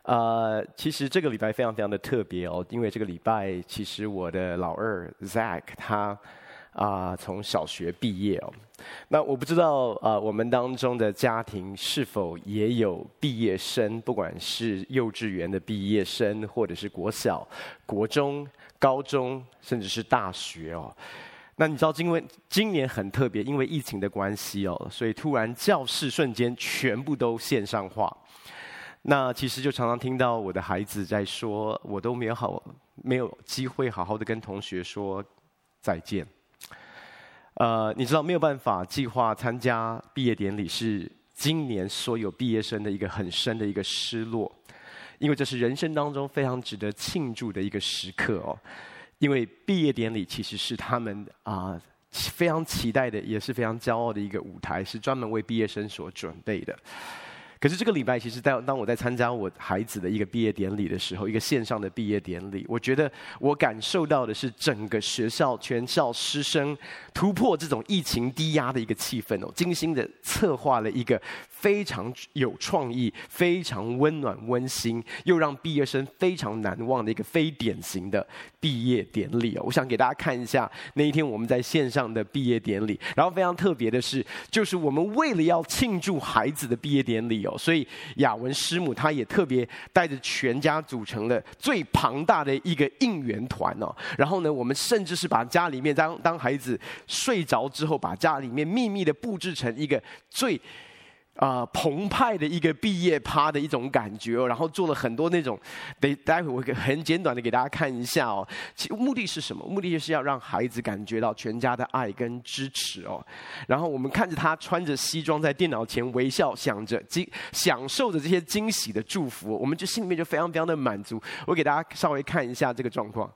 其实这个礼拜非常非常的特别哦，因为这个礼拜其实我的老二 Zach 他从小学毕业哦。那我不知道我们当中的家庭是否也有毕业生，不管是幼稚园的毕业生，或者是国小、国中、高中，甚至是大学哦。那你知道，因为今年很特别，因为疫情的关系哦，所以突然教室瞬间全部都线上化。那其实就常常听到我的孩子在说，我都没有机会好好的跟同学说再见。你知道没有办法计划参加毕业典礼，是今年所有毕业生的一个很深的一个失落，因为这是人生当中非常值得庆祝的一个时刻哦。因为毕业典礼其实是他们非常期待的，也是非常骄傲的一个舞台，是专门为毕业生所准备的。可是这个礼拜，其实当我在参加我孩子的一个毕业典礼的时候，一个线上的毕业典礼，我觉得我感受到的是整个学校全校师生突破这种疫情低压的一个气氛哦，精心的策划了一个非常有创意、非常温暖温馨，又让毕业生非常难忘的一个非典型的毕业典礼哦。我想给大家看一下那一天我们在线上的毕业典礼，然后非常特别的是，就是我们为了要庆祝孩子的毕业典礼哦，所以雅文师母她也特别带着全家组成了最庞大的一个应援团哦。然后呢，我们甚至是把家里面当孩子睡着之后，把家里面秘密的布置成一个最澎湃的一个毕业趴的一种感觉哦，然后做了很多那种，待会我很简短的给大家看一下哦。其目的是什么？目的就是要让孩子感觉到全家的爱跟支持哦。然后我们看着他穿着西装在电脑前微笑，享受着这些惊喜的祝福，我们就心里面就非常非常的满足。我给大家稍微看一下这个状况。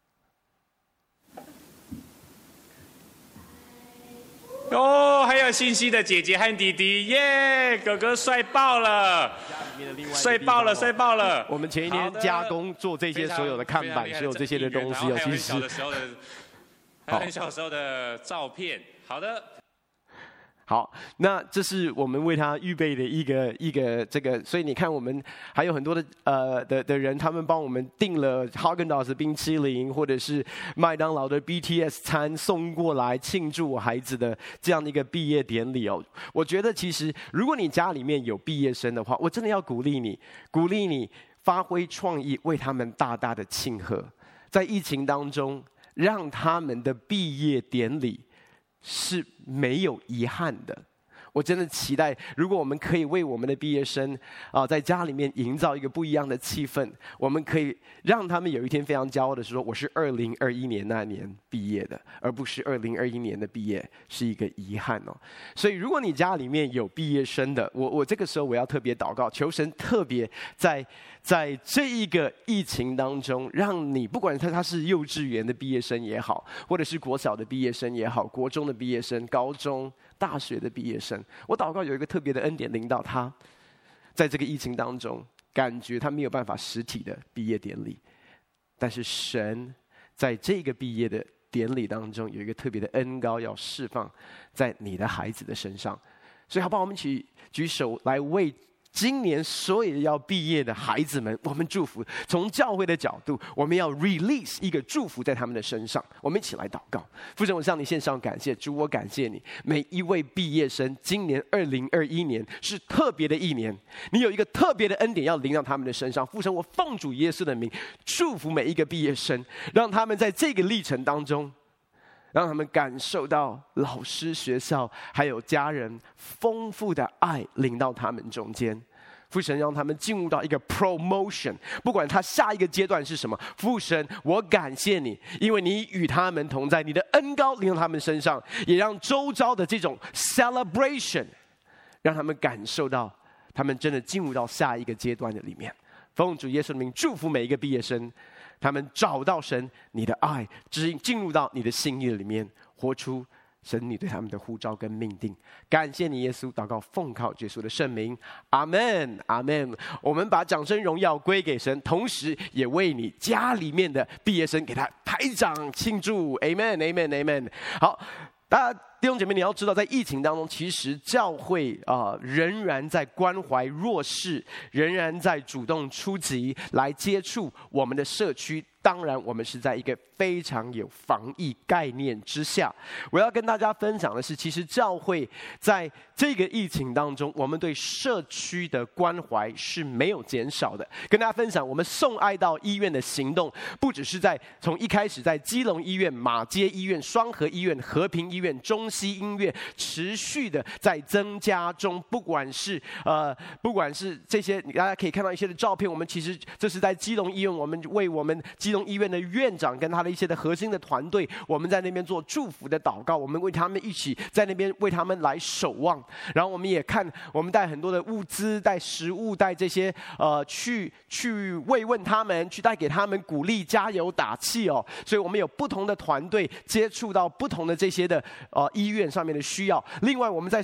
哦，还有欣欣的姐姐和弟弟，耶！哥哥帅爆了，帅爆了，帅爆了！ 我们前一天加工做这些所有的看板，所有这些的东西，其实还有很小时候的照片。好的。 好，那这是我们为他预备的一个这个，所以你看，我们还有很多的人，他们帮我们订了哈根达斯冰淇淋，或者是麦当劳的 BTS 餐送过来庆祝我孩子的这样的一个毕业典礼哦。我觉得其实如果你家里面有毕业生的话，我真的要鼓励你发挥创意，为他们大大的庆贺，在疫情当中，让他们的毕业典礼是没有遗憾的。我真的期待，如果我们可以为我们的毕业生在家里面营造一个不一样的气氛，我们可以让他们有一天非常骄傲的说，我是2021年那年毕业的，而不是2021年的毕业是一个遗憾哦。所以如果你家里面有毕业生的，我这个时候我要特别祷告，求神特别在这一个疫情当中，让你不管他是幼稚园的毕业生也好，或者是国小的毕业生也好，国中的毕业生、高中、大学的毕业生，我祷告有一个特别的恩典领导他，在这个疫情当中，感觉他没有办法实体的毕业典礼，但是神在这个毕业的典礼当中有一个特别的恩膏要释放在你的孩子的身上，所以好不好？我们一起举手来为今年所有要毕业的孩子们，我们祝福。从教会的角度，我们要 release 一个祝福在他们的身上。我们一起来祷告。父神，我向你献上感谢，主，我感谢你，每一位毕业生，今年2021年是特别的一年，你有一个特别的恩典要临到他们的身上。父神，我奉主耶稣的名，祝福每一个毕业生，让他们在这个历程当中，让他们感受到老师、学校还有家人丰富的爱临到他们中间。父神，让他们进入到一个 promotion， 不管他下一个阶段是什么。父神，我感谢你，因为你与他们同在，你的恩膏临到他们身上，也让周遭的这种 celebration， 让他们感受到他们真的进入到下一个阶段的里面。奉主耶稣的名，祝福每一个毕业生，他们找到神你的爱，进入到你的心意里面，活出神你对他们的呼召跟命定。感谢你耶稣，祷告奉靠耶稣的圣名，阿们，阿们。我们把掌声荣耀归给神，同时也为你家里面的毕业生给他拍掌庆祝， Amen Amen Amen。好，大家弟兄姐妹，你要知道，在疫情当中，其实教会仍然在关怀弱势，仍然在主动出击来接触我们的社区。当然，我们是在一个非常有防疫概念之下。我要跟大家分享的是，其实教会在这个疫情当中，我们对社区的关怀是没有减少的。跟大家分享，我们送爱到医院的行动，不只是从一开始在基隆医院、马街医院、双和医院、和平医院、中西医院，持续的在增加中。不管是这些，大家可以看到一些的照片，我们其实这是在基隆医院，我们为我们基隆医院的院长跟他的一些的核心的团队，我们在那边做祝福的祷告，我们为他们一起在那边为他们来守望。然后我们也看，我们带很多的物资、带食物、带这些去慰问他们，去带给他们鼓励、加油、打气哦。所以我们有不同的团队接触到不同的这些的医院上面的需要。另外，我们在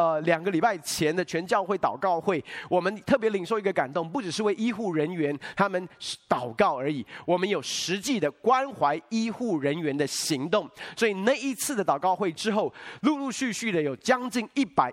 2个礼拜前的全教会祷告会，我们特别领受一个感动，不只是为医护人员他们祷告而已，我们有实际的关怀医护人员的行动。所以那一次的祷告会之后，陆陆续续的有将近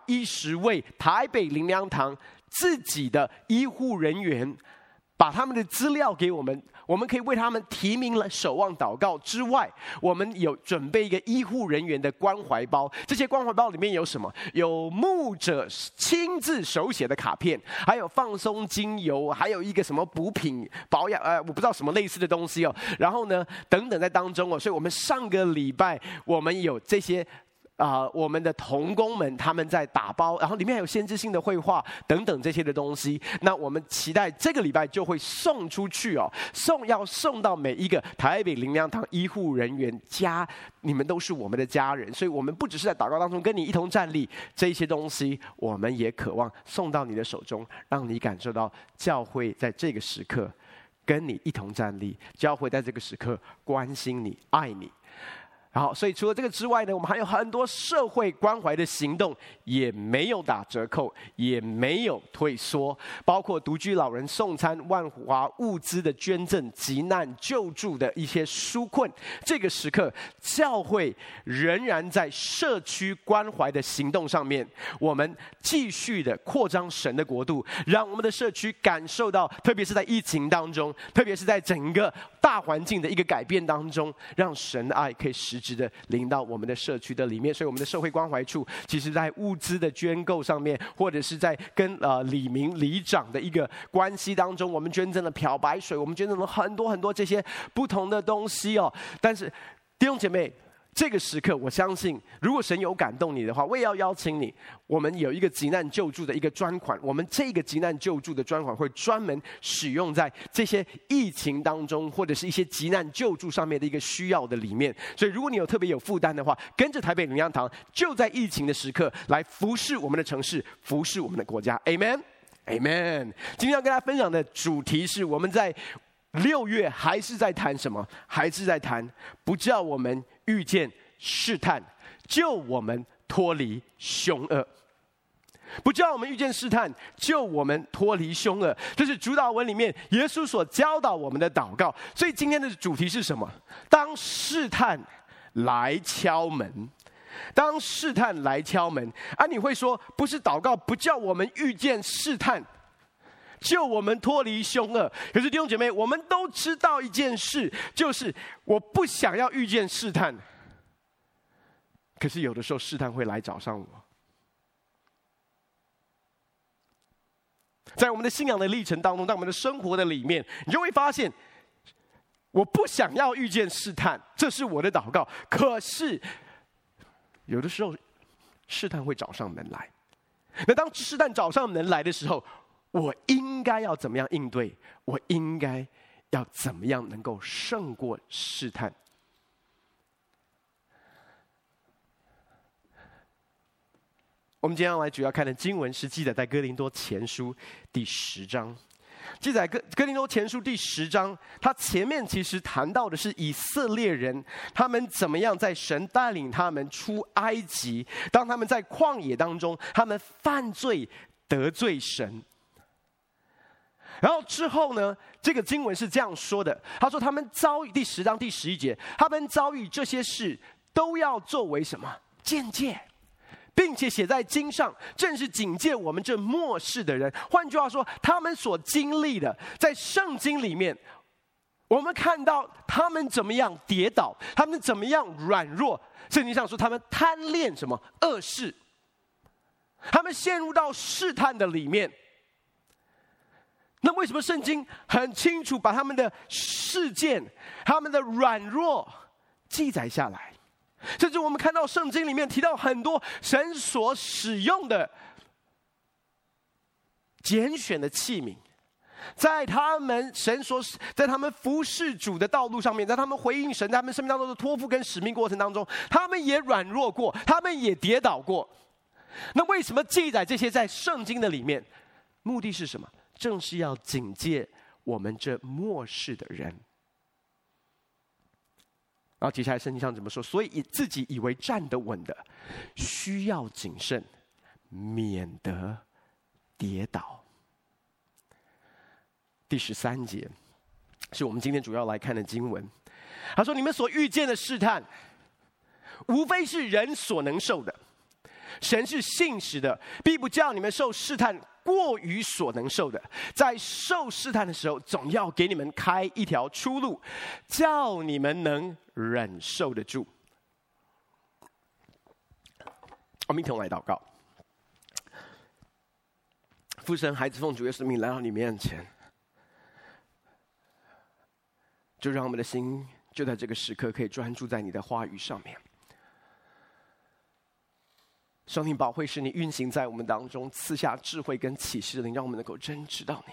110位台北灵粮堂自己的医护人员把他们的资料给我们，我们可以为他们提名了守望祷告之外，我们有准备一个医护人员的关怀包。这些关怀包里面有什么？有牧者亲自手写的卡片，还有放松精油，还有一个什么补品保养，我不知道什么类似的东西哦。然后呢，等等在当中哦。所以我们上个礼拜我们有这些。我们的同工们他们在打包，然后里面还有先知性的绘画等等这些的东西。那我们期待这个礼拜就会送出去哦，要送到每一个台北灵粮堂医护人员家，你们都是我们的家人，所以我们不只是在祷告当中跟你一同站立，这些东西我们也渴望送到你的手中，让你感受到教会在这个时刻跟你一同站立，教会在这个时刻关心你、爱你。好，所以除了这个之外呢，我们还有很多社会关怀的行动，也没有打折扣，也没有退缩，包括独居老人送餐、万华物资的捐赠、急难救助的一些纾困。这个时刻，教会仍然在社区关怀的行动上面，我们继续的扩张神的国度，让我们的社区感受到，特别是在疫情当中，特别是在整个大环境的一个改变当中，让神的爱可以实质的临到我们的社区的里面。所以我们的社会关怀处其实在物资的捐购上面，或者是在跟里长的一个关系当中，我们捐赠了漂白水，我们捐赠了很多很多这些不同的东西哦。但是弟兄姐妹，这个时刻我相信，如果神有感动你的话，我也要邀请你，我们有一个急难救助的一个专款，我们这个急难救助的专款会专门使用在这些疫情当中，或者是一些急难救助上面的一个需要的里面。所以如果你有特别有负担的话，跟着台北灵粮堂，就在疫情的时刻来服侍我们的城市，服侍我们的国家。 Amen Amen。 今天要跟大家分享的主题是，我们在6月还是在谈什么？还是在谈不叫我们遇见试探，救我们脱离凶恶。不叫我们遇见试探，救我们脱离凶恶，这是主祷文里面耶稣所教导我们的祷告。所以今天的主题是什么？当试探来敲门。当试探来敲门你会说，不是祷告不叫我们遇见试探，救我们脱离凶恶。可是弟兄姐妹，我们都知道一件事，就是我不想要遇见试探，可是有的时候试探会来找上我。在我们的信仰的历程当中，在我们的生活的里面，你就会发现，我不想要遇见试探，这是我的祷告。可是有的时候试探会找上门来。那当试探找上门来的时候，我应该要怎么样应对？我应该要怎么样能够胜过试探？我们今天要来主要看的经文是记载在哥林多前书第10章。记载哥林多前书第10章，它前面其实谈到的是以色列人他们怎么样在神带领他们出埃及，当他们在旷野当中，他们犯罪得罪神。然后之后呢，这个经文是这样说的，他说他们遭遇，第10章第11节，他们遭遇这些事都要作为什么？ 鉴戒，并且写在经上，正是警戒我们这末世的人。换句话说，他们所经历的，在圣经里面，我们看到他们怎么样跌倒，他们怎么样软弱。圣经上说，他们贪恋什么？恶事。他们陷入到试探的里面。那为什么圣经很清楚把他们的事件、他们的软弱记载下来？甚至我们看到圣经里面提到很多神所使用的拣选的器皿，在他们服侍主的道路上面，在他们回应神，在他们生命当中的托付跟使命过程当中，他们也软弱过，他们也跌倒过。那为什么记载这些在圣经的里面？目的是什么？正是要警戒我们这末世的人。然后接下来圣经上怎么说？所以自己以为站得稳的，需要谨慎，免得跌倒。第13节是我们今天主要来看的经文。他说：“你们所遇见的试探，无非是人所能受的。神是信实的，必不叫你们受试探过于所能受的。在受试探的时候，总要给你们开一条出路，叫你们能忍受得住。”我们一同来祷告。父神，孩子奉主耶稣名来到你面前，就让我们的心就在这个时刻可以专注在你的话语上面。圣灵宝贵是你运行在我们当中，赐下智慧跟启示的灵，让我们能够真知道你。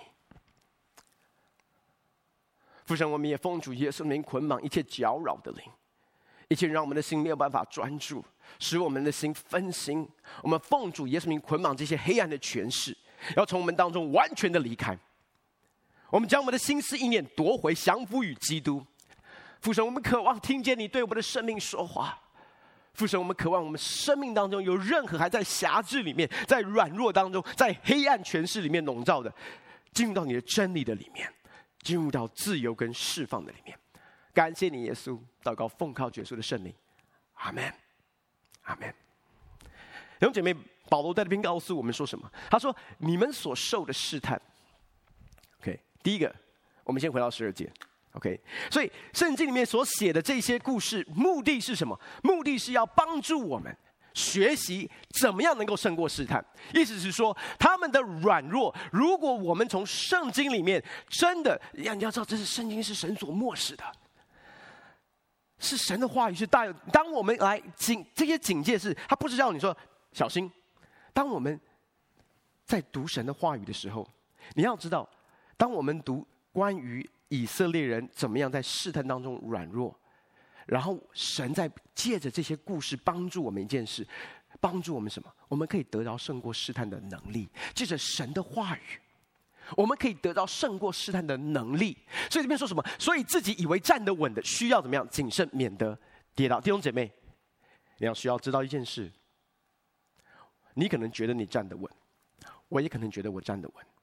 父神，我们也奉主耶稣名捆绑一切搅扰的灵，一切让我们的心没有办法专注，使我们的心分心。我们奉主耶稣名捆绑这些黑暗的权势，要从我们当中完全的离开。我们将我们的心思意念夺回，降服于基督。父神，我们渴望听见你对我们的生命说话。父神，我们渴望我们生命当中有任何还在辖制里面，在软弱当中，在黑暗权势里面笼罩的，进入到你的真理的里面，进入到自由跟释放的里面。感谢你耶稣，祷告奉靠耶稣的圣名，阿们，阿们。弟兄姐妹，保罗在这边告诉我们说什么？他说：“你们所受的试探。” OK， 第一个，我们先回到12节。OK， 所以圣经里面所写的这些故事，目的是什么？目的是要帮助我们学习怎么样能够胜过试探。意思是说，他们的软弱，如果我们从圣经里面真的，你要知道，这是圣经是神所默示的，是神的话语是大有。当我们来这些警戒是，他不是叫你说小心。当我们在读神的话语的时候，你要知道，当我们读关于以色列人怎么样在试探当中软弱，然后神在借着这些故事帮助我们一件事，帮助我们什么？我们可以得到胜过试探的能力。借着神的话语，我们可以得到胜过试探的能力。所以这边说什么？所以自己以为站得稳的，需要怎么样？谨慎，免得跌倒。弟兄姐妹，你要需要知道一件事，你可能觉得你站得稳，我也可能觉得我站得稳。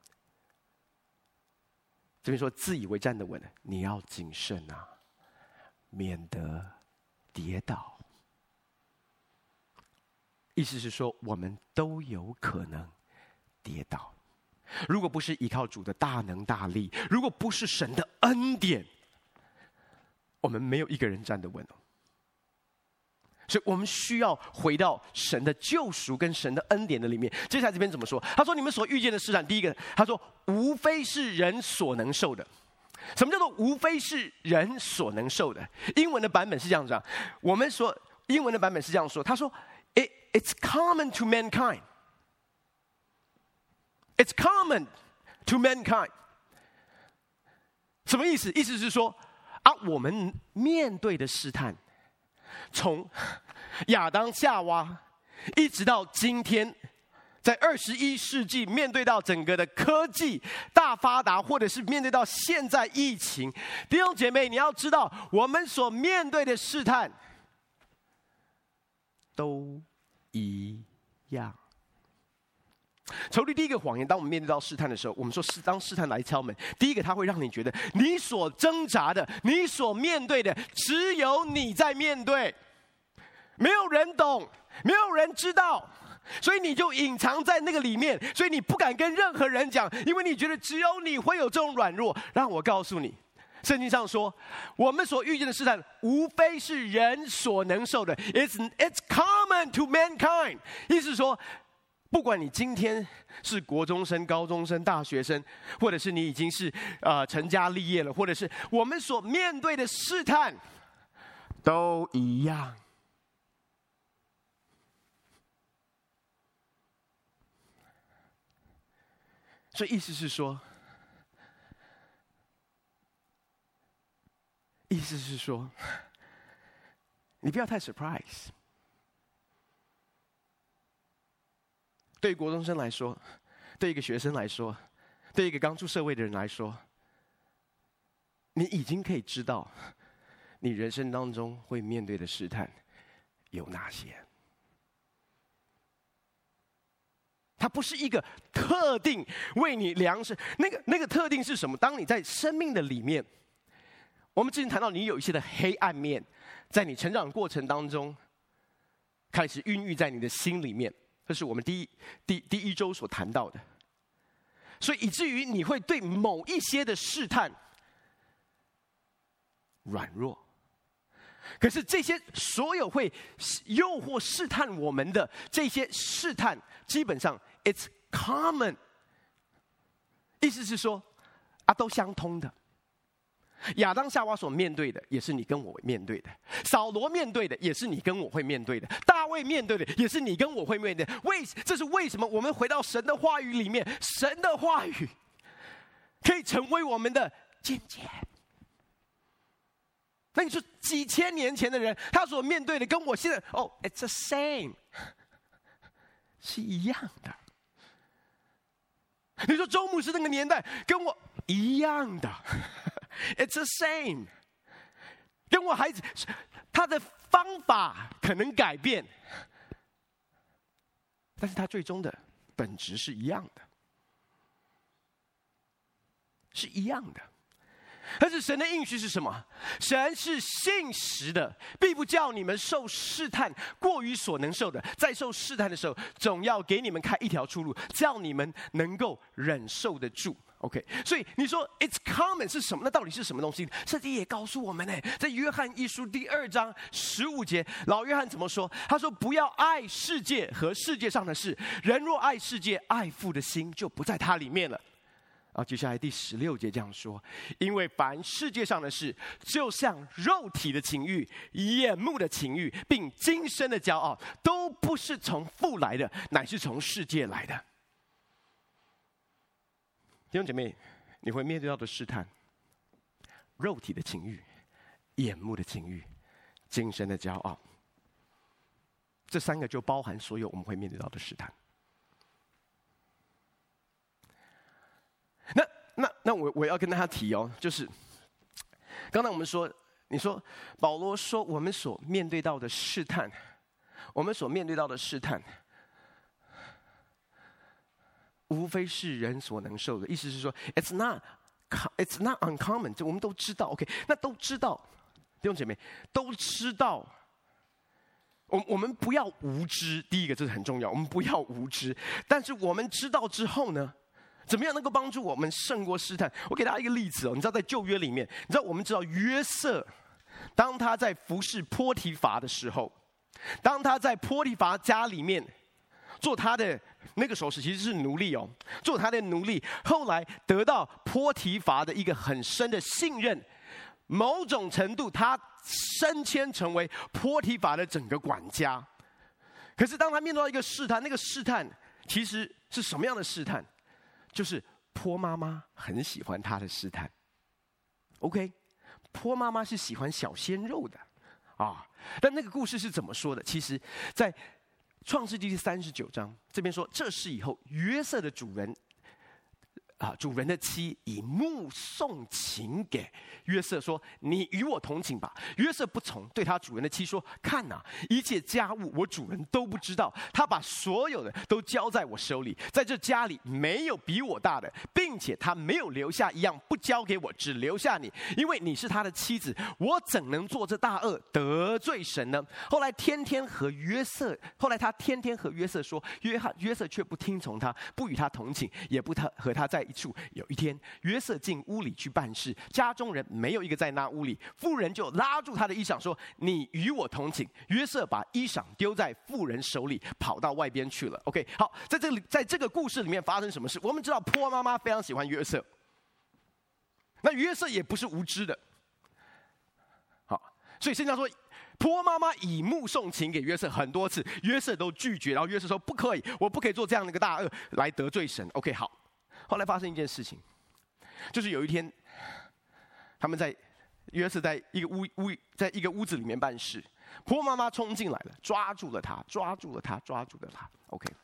这边说自以为站得稳，你要谨慎啊，免得跌倒。意思是说，我们都有可能跌倒。如果不是依靠主的大能大力，如果不是神的恩典，我们没有一个人站得稳哦。所以我们需要回到神的救赎跟神的恩典的里面。接下来这边怎么说？他说：“你们所遇见的试探，第一个，他说无非是人所能受的。什么叫做无非是人所能受的？英文的版本是这样讲，我们说英文的版本是这样说，他说 It's common to mankind. It's common to mankind. 什么意思？意思是说啊，我们面对的试探。”从亚当夏娃一直到今天，在21世纪面对到整个的科技大发达，或者是面对到现在疫情，弟兄姐妹，你要知道，我们所面对的试探都一样。仇敌第一个谎言，当我们面对到试探的时候，我们说当试探来敲门，第一个它会让你觉得你所挣扎的，你所面对的，只有你在面对，没有人懂， 没有人知道，所以你就隐藏在那个里面，所以你不敢跟任何人讲，因为你觉得只有你会有这种软弱。让我告诉你，圣经上说，我们所遇见的试探，无非是人所能受的。It's common to mankind。意思是说，不管你今天是国中生、高中生、大学生，或者是你已经是成家立业了，或者是我们所面对的试探，都一样。所以意思是说，你不要太 surprise。对于国中生来说，对一个学生来说，对一个刚出社会的人来说，你已经可以知道，你人生当中会面对的试探有哪些。它不是一个特定为你量身，那个特定是什么？当你在生命的里面，我们之前谈到你有一些的黑暗面，在你成长过程当中开始孕育在你的心里面，这是我们第一周所谈到的。所以以至于你会对某一些的试探软弱。可是这些所有会诱惑试探我们的这些试探，基本上 it's common， 意思是说都相通的。亚当夏娃所面对的，也是你跟我面对的；扫罗面对的，也是你跟我会面对的；大卫面对的，也是你跟我会面对的。这是为什么？我们回到神的话语里面，神的话语可以成为我们的见解。那你说几千年前的人，他所面对的跟我现在it's the same， 是一样的。你说周牧师那个年代跟我一样的，it's the same。跟我孩子，他的方法可能改变，但是他最终的本质是一样的，是一样的。但是神的应许是什么？神是信实的，必不叫你们受试探过于所能受的。在受试探的时候，总要给你们开一条出路，叫你们能够忍受得住。OK， 所以你说 it's common 是什么？那到底是什么东西？圣经也告诉我们呢，在约翰一书第2章15节，老约翰怎么说？他说：“不要爱世界和世界上的事，人若爱世界，爱父的心就不在他里面了。”接下来第16节这样说：“因为凡世界上的事，就像肉体的情欲、眼目的情欲，并今生的骄傲，都不是从父来的，乃是从世界来的。”弟兄姐妹，你会面对到的试探，肉体的情欲、眼目的情欲、今生的骄傲，这3个就包含所有我们会面对到的试探。那我要跟大家提就是刚才我们说，你说保罗说我们所面对到的试探，无非是人所能受的。意思是说 it's not uncommon， 这我们都知道。OK， 那都知道，弟兄姐妹都知道。我们不要无知，第一个这是很重要，我们不要无知。但是我们知道之后呢？怎么样能够帮助我们胜过试探？我给大家一个例子你知道在旧约里面，我们知道约瑟，当他在服侍波提乏的时候，当他在波提乏家里面做他的那个时候其实是奴隶做他的奴隶，后来得到波提乏的一个很深的信任，某种程度他升迁成为波提乏的整个管家。可是当他面对到一个试探，那个试探其实是什么样的试探？就是波妈妈很喜欢他的试探。OK， 波妈妈是喜欢小鲜肉的但那个故事是怎么说的？其实在创世纪第39章这边说，这事以后约瑟的主人主人的妻以目送情给约瑟说：“你与我同寝吧。”约瑟不从，对他主人的妻说：“看哪，一切家务我主人都不知道，他把所有的都交在我手里，在这家里没有比我大的，并且他没有留下一样不交给我，只留下你，因为你是他的妻子。我怎能做这大恶得罪神呢？”后来他天天和约瑟说，约瑟却不听从他，不与他同寝，也不和他在一处。有一天，约瑟进屋里去办事，家中人没有一个在那屋里，妇人就拉住他的衣裳说：“你与我同寝。”约瑟把衣裳丢在妇人手里，跑到外边去了。OK， 好，在这个故事里面发生什么事？我们知道波妈妈非常喜欢约瑟，那约瑟也不是无知的。好，所以圣经说，波妈妈以目送情给约瑟很多次，约瑟都拒绝，然后约瑟说：“不可以，我不可以做这样的一个大恶来得罪神。” OK， 好。后来发生一件事情，就是有一天，约瑟在一个屋子里面办事，婆妈妈冲进来了，抓住了他。OK，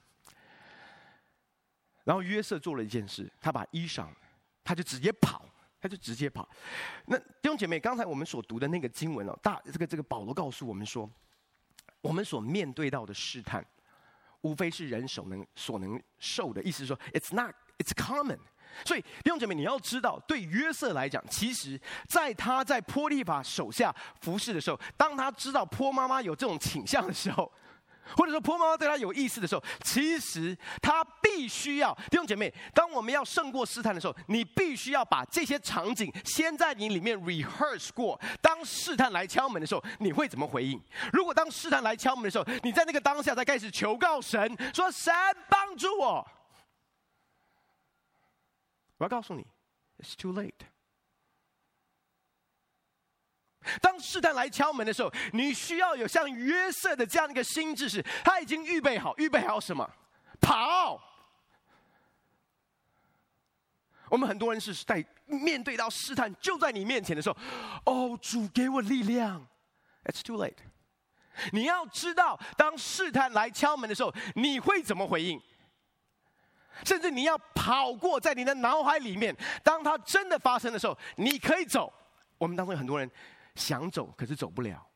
然后约瑟做了一件事，他把衣裳，他就直接跑。那弟兄姐妹，刚才我们所读的那个经文哦，这个保罗告诉我们说，我们所面对到的试探，无非是人所能受的。意思是说 ，it's common。所以弟兄姐妹，你要知道，对约瑟来讲，其实在他在波提乏手下服侍的时候，当他知道波妈妈有这种倾向的时候，或者说波妈妈对他有意思的时候，其实他必须要，弟兄姐妹，当我们要胜过试探的时候，你必须要把这些场景先在你里面 rehearse 过。当试探来敲门的时候，你会怎么回应？如果当试探来敲门的时候，你在那个当下才开始求告神，说神帮助我，我要告诉你 ，it's too late。当试探来敲门的时候，你需要有像约瑟的这样一个心智，是他已经预备好什么？跑。我们很多人是在面对到试探就在你面前的时候，哦，主给我力量 ，it's too late。你要知道，当试探来敲门的时候，你会怎么回应？甚至你要跑过，在你的脑海里面，当它真的发生的时候，你可以走。我们当中有很多人想走，可是走不了。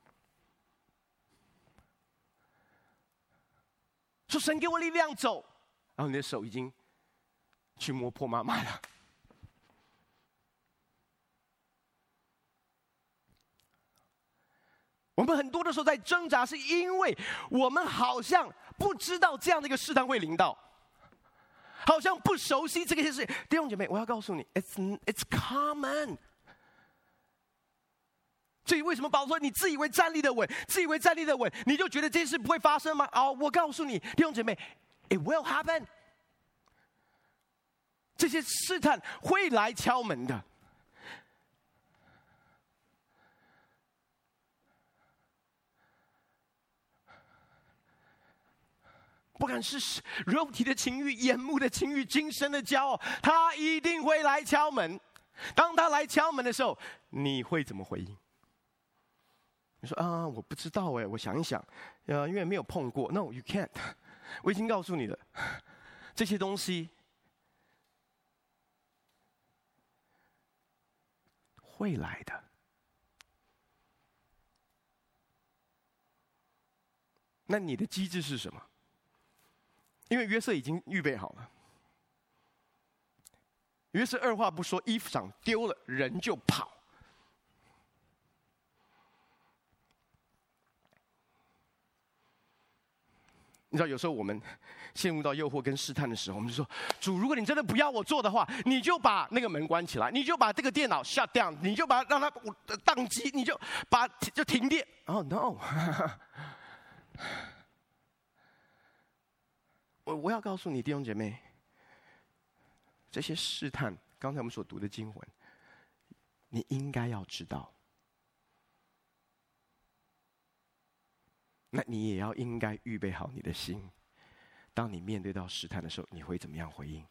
说神给我力量走，然后你的手已经去摸破妈妈了。我们很多的时候在挣扎，是因为我们好像不知道这样的一个试探会临到，好像不熟悉这个事。弟兄姐妹，我要告诉你 ，it's common。所以为什么保罗说你自以为站立的稳，你就觉得这件事不会发生吗？我告诉你，弟兄姐妹 ，it will happen。这些试探会来敲门的。不管是肉体的情欲、眼目的情欲、今生的骄傲，他一定会来敲门。当他来敲门的时候，你会怎么回应？你说我不知道我想一想，因为没有碰过。No, you can't。我已经告诉你了，这些东西会来的。那你的机制是什么？因为约瑟已经预备好了。约瑟二话不说，衣裳丢了，人就跑。你知道，有时候我们陷入到诱惑跟试探的时候，我们就说：“主，如果你真的不要我做的话，你就把那个门关起来，你就把这个电脑 shut down， 你就把让它宕机，你就停电。” Oh no！ 我要告诉你，弟兄姐妹，这些试探，刚才我们所读的经文，你应该要知道。那你也要应该预备好你的心，当你面对到试探的时候，你会怎么样回应？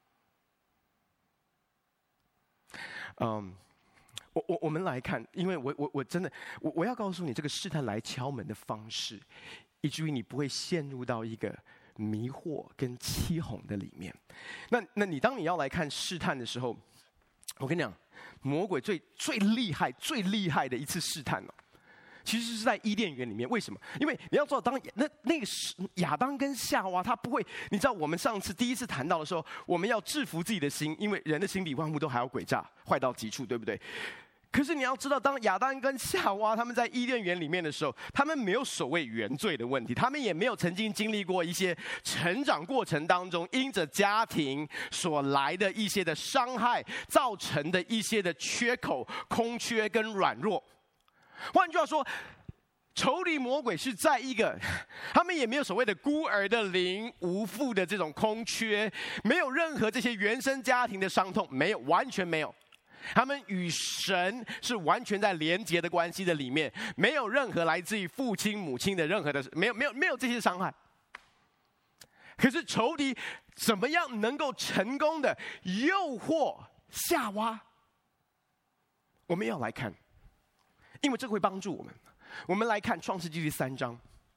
我们来看，因为我真的我要告诉你，这个试探来敲门的方式，以至于你不会陷入到一个迷惑跟欺哄的里面。那你当你要来看试探的时候，我跟你讲，魔鬼最厉害的一次试探其实是在伊甸园里面。为什么？因为你要知道，当那个亚当跟夏娃，他不会，你知道我们上次第一次谈到的时候，我们要制服自己的心，因为人的心里万物都还要诡诈，坏到极处，对不对？可是你要知道，当亚当跟夏娃他们在伊甸园里面的时候，他们没有所谓原罪的问题，他们也没有曾经经历过一些成长过程当中因着家庭所来的一些的伤害造成的一些的缺口、空缺跟软弱。换句话说，仇敌魔鬼是在一个他们也没有所谓的孤儿的灵、无父的这种空缺，没有任何这些原生家庭的伤痛，没有，完全没有。他们与神是完全在连结的关系的里面，没有任何来自于父亲母亲的任何的没有这些伤害。可是仇敌怎么样能够成功的诱惑夏娃？我们要来看，因为这会帮助我们。我们来看创世纪第3章。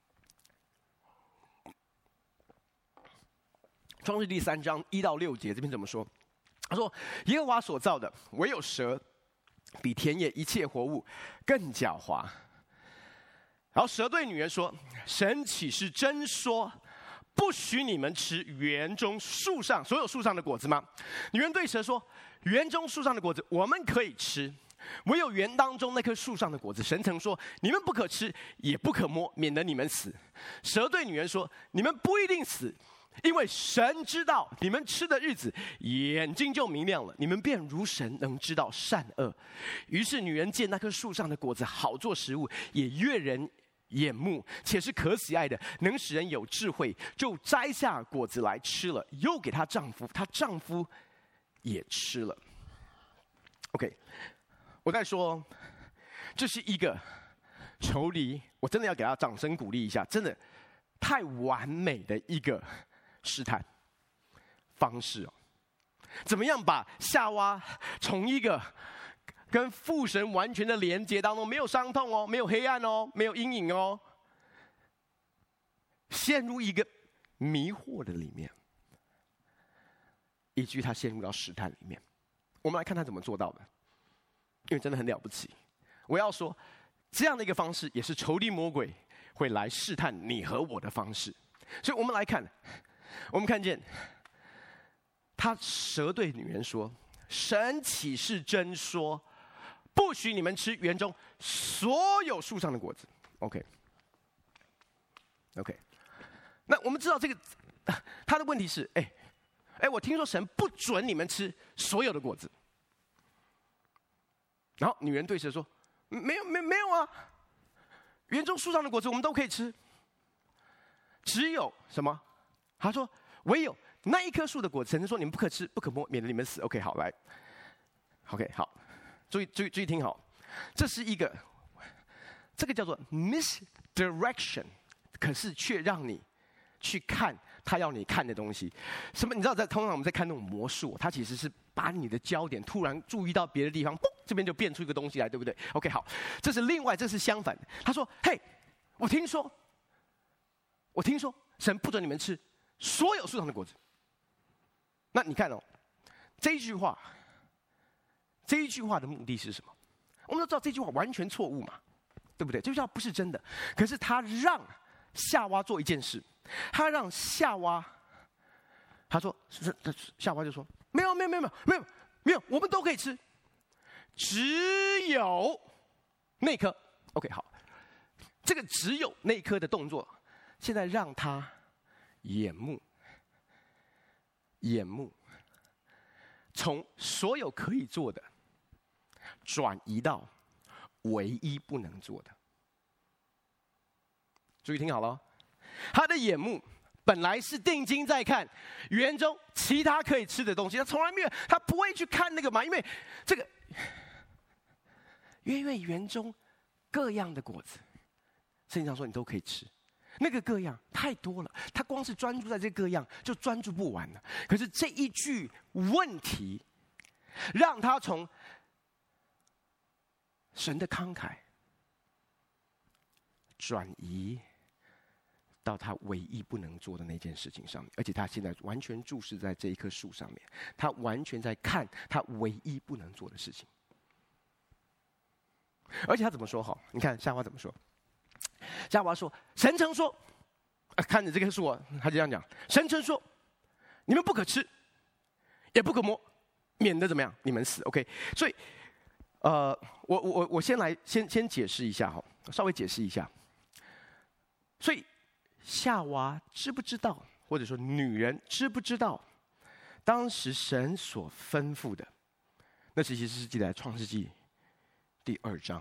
创世纪第3章1到6节，这边怎么说？他说：“耶和华所造的，唯有蛇，比田野一切活物更狡猾。”然后蛇对女人说：“神岂是真说，不许你们吃园中树上所有树上的果子吗？”女人对蛇说：“园中树上的果子我们可以吃，唯有园当中那棵树上的果子，神曾说你们不可吃，也不可摸，免得你们死。”蛇对女人说：“你们不一定死。因为神知道你们吃的日子，眼睛就明亮了，你们便如神，能知道善恶。”于是女人见那棵树上的果子好做食物，也悦人眼目，且是可喜爱的，能使人有智慧，就摘下果子来吃了，又给她丈夫，她丈夫也吃了。OK， 我在说，这是一个仇敌，我真的要给他掌声鼓励一下，真的太完美的一个试探方式怎么样把夏娃从一个跟父神完全的连接当中，没有伤痛没有黑暗没有阴影陷入一个迷惑的里面，以至于他陷入到试探里面。我们来看他怎么做到的，因为真的很了不起。我要说，这样的一个方式也是仇敌魔鬼会来试探你和我的方式。所以我们来看，我们看见他蛇对女人说：“神岂是真说，不许你们吃园中所有树上的果子。” OK， 那我们知道这个他的问题是，我听说神不准你们吃所有的果子。然后女人对蛇说：“没有啊，园中树上的果子我们都可以吃，只有什么？”他说：“唯有那一棵树的果子，神说你们不可吃，不可摸，免得你们死。” OK， 好，来 ，OK， 好，注意听好，这是一个，这个叫做 misdirection， 可是却让你去看他要你看的东西。什么？你知道通常我们在看那种魔术，它其实是把你的焦点突然注意到别的地方，嘣，这边就变出一个东西来，对不对 ？OK， 好，这是另外，这是相反的。他说：“嘿，我听说神不准你们吃所有树上的果子。”那你看这一句话的目的是什么？我们都知道这句话完全错误嘛，对不对？这句话不是真的。可是他让夏娃做一件事，他让夏娃，他说，夏娃就说：“没有，我们都可以吃，只有那颗。” OK， 好，这个只有那颗的动作，现在让他眼目从所有可以做的转移到唯一不能做的。注意听好了，他的眼目本来是定睛在看园中其他可以吃的东西，他从来没有，他不会去看那个嘛，因为这个，因为园中各样的果子，圣经上说你都可以吃。那个各样太多了，他光是专注在这各样就专注不完了。可是这一句问题，让他从神的慷慨转移到他唯一不能做的那件事情上面，而且他现在完全注视在这一棵树上面，他完全在看他唯一不能做的事情。而且他怎么说？好，你看夏娃怎么说？夏娃说：“神曾说，看着这棵树，他就这样讲：神曾说，你们不可吃，也不可摸，免得怎么样？你们死。”OK， 所以，我先解释一下哈，稍微解释一下。所以，夏娃知不知道，或者说女人知不知道，当时神所吩咐的，那其实是记载在创世纪第2章。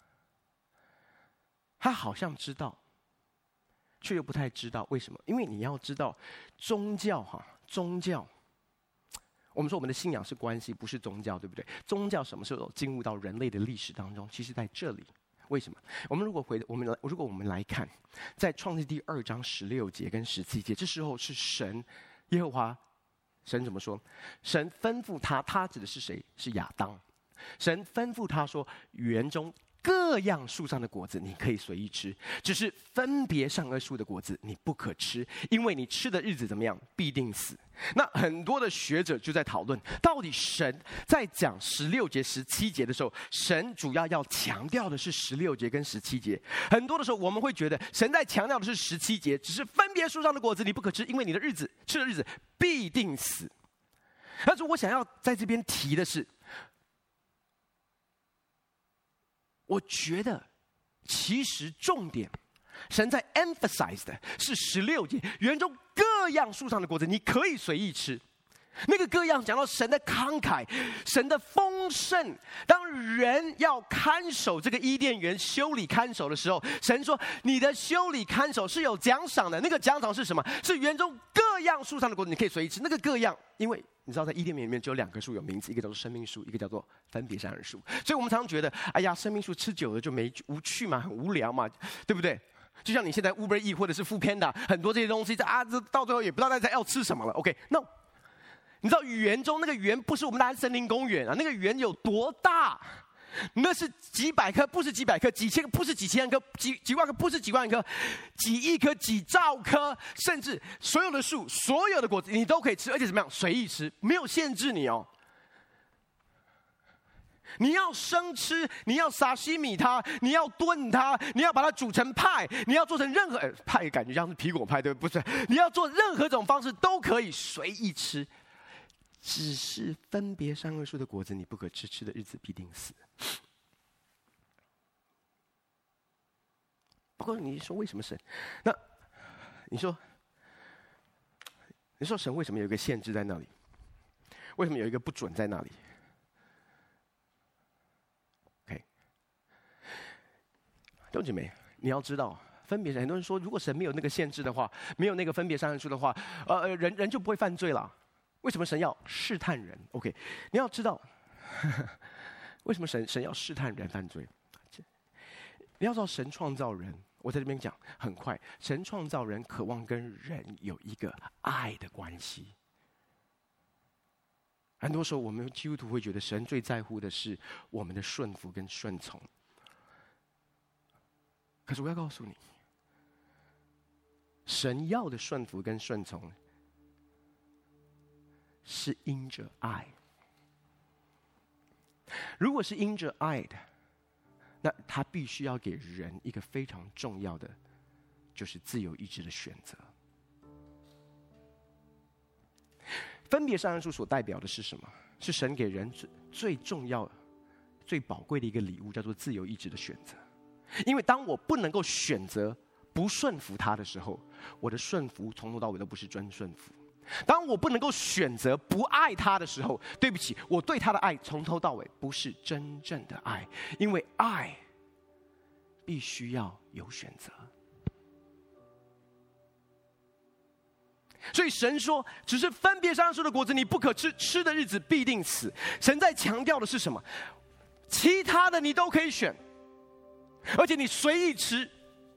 他好像知道，却又不太知道为什么？因为你要知道，宗教，我们说我们的信仰是关系，不是宗教，对不对？宗教什么时候进入到人类的历史当中？其实在这里。为什么？如果我们来看，在创世第2章16节跟17节，这时候是神耶和华，神怎么说？神吩咐他指的是谁？是亚当。神吩咐他说：园中各样树上的果子你可以随意吃，只是分别善恶树的果子你不可吃，因为你吃的日子怎么样？必定死。那很多的学者就在讨论，到底神在讲16节、17节的时候，神主要强调的是16节跟17节。很多的时候我们会觉得神在强调的是17节，只是分别树上的果子你不可吃，因为你的吃的日子必定死。但是我想要在这边提的是，我觉得其实重点，神在 emphasize 的是16节，园中各样树上的果子你可以随意吃。那个各样讲到神的慷慨，神的丰盛。当人要看守这个伊甸园，修理看守的时候，神说你的修理看守是有奖赏的。那个奖赏是什么？是园中各样树上的果子你可以随意吃。那个各样，因为你知道在伊甸园里面只有2棵树有名字，一个叫做生命树，一个叫做分别善恶树。所以我们常常觉得，哎呀，生命树吃久了就无趣嘛，很无聊嘛，对不对？就像你现在 Uber Eats 或者是 Foodpanda， 很多这些东西这到最后也不知道大家要吃什么了。OK，no。你知道园中那个园不是我们大安森林公园啊，那个园有多大？那是几百棵，不是几百棵；几千个，不是几千棵；几万棵，不是几万棵；几亿棵、几兆棵，甚至所有的树、所有的果子，你都可以吃，而且怎么样？随意吃，没有限制你哦。你要生吃，你要沙西米它，你要炖它，你要把它煮成派，你要做成任何派，感觉像是苹果派，对不对？不是，你要做任何种方式都可以随意吃。只是分别善恶树的果子你不可吃，吃的日子必定死。不过你说为什么神？那你说神为什么有一个限制在那里？为什么有一个不准在那里 ？OK， 弟兄姐妹，你要知道，分别很多人说，如果神没有那个限制的话，没有那个分别善恶树的话，人就不会犯罪了。为什么神要试探人 ？OK， 你要知道，为什么神要试探人犯罪？你要知道，神创造人，我在这边讲很快，神创造人渴望跟人有一个爱的关系。很多时候，我们基督徒会觉得神最在乎的是我们的顺服跟顺从。可是我要告诉你，神要的顺服跟顺从，是因着爱。如果是因着爱的，那他必须要给人一个非常重要的，就是自由意志的选择。分别善恶树所代表的是什么？是神给人最重要、最宝贵的一个礼物，叫做自由意志的选择。因为当我不能够选择不顺服他的时候，我的顺服从头到尾都不是真顺服。当我不能够选择不爱他的时候，对不起，我对他的爱从头到尾不是真正的爱，因为爱必须要有选择。所以神说，只是分别善恶树的果子你不可吃，吃的日子必定死。神在强调的是什么？其他的你都可以选，而且你随意吃。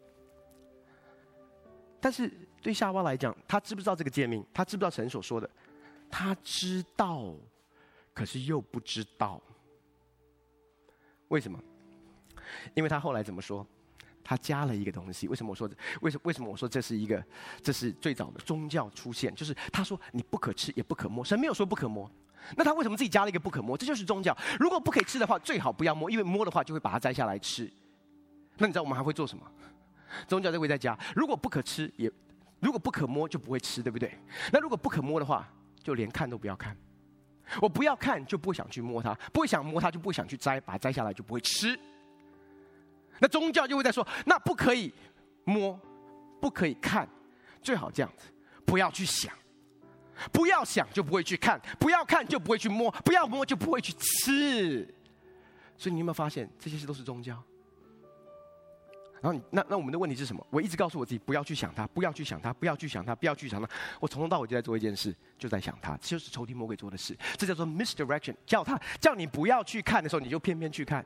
但是对夏娃来讲，他知不知道这个诫命？他知不知道神所说的？他知道，可是又不知道。为什么？因为他后来怎么说？ 他加了一个东西。为什么我说这是最早的宗教出现？就是他说你不可吃也不可摸，神没有说不可摸。那他为什么自己加了一个不可摸？这就是宗教。如果不可以吃的话，最好不要摸，因为摸的话就会把它摘下来吃。那你知道我们还会做什么？宗教就会再加，如果不可吃如果不可摸就不会吃，对不对？那如果不可摸的话，就连看都不要看。我不要看就不会想去摸它，不会想摸它就不会想去摘，把它摘下来就不会吃。那宗教就会在说，那不可以摸，不可以看，最好这样子，不要去想。不要想就不会去看，不要看就不会去摸，不要摸就不会去吃。所以你有没有发现，这些事都是宗教？然后那我们的问题是什么？我一直告诉我自己，不要去想它，不要去想它，不要去想它，不要去想它。我从头到尾就在做一件事，就在想它，这就是仇敌魔鬼做的事。这叫做 misdirection， 叫你不要去看的时候，你就偏偏去看。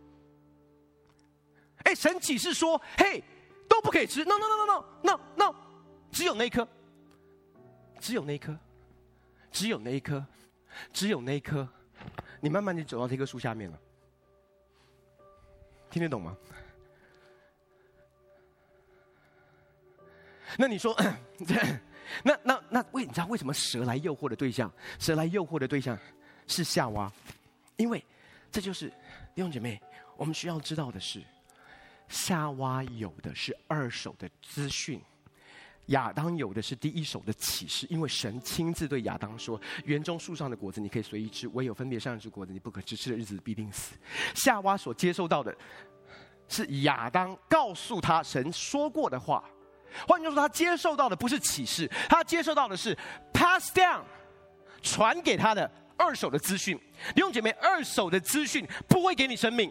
哎，神启示说，嘿，都不可以吃 ，no， 只有那一颗。只有那一颗，只有那一颗，只有那一颗，你慢慢就走到这棵树下面了，听得懂吗？那你说，那你知道为什么蛇来诱惑的对象？蛇来诱惑的对象是夏娃，因为这就是弟兄姐妹，我们需要知道的是，夏娃有的是二手的资讯。亚当有的是第一手的启示，因为神亲自对亚当说：“园中树上的果子你可以随意吃，唯有分别善恶之果子你不可吃，吃的日子必定死。”夏娃所接受到的是亚当告诉他神说过的话，换句话说，他接受到的不是启示，他接受到的是 pass down 传给他的二手的资讯。弟兄姐妹，二手的资讯不会给你生命。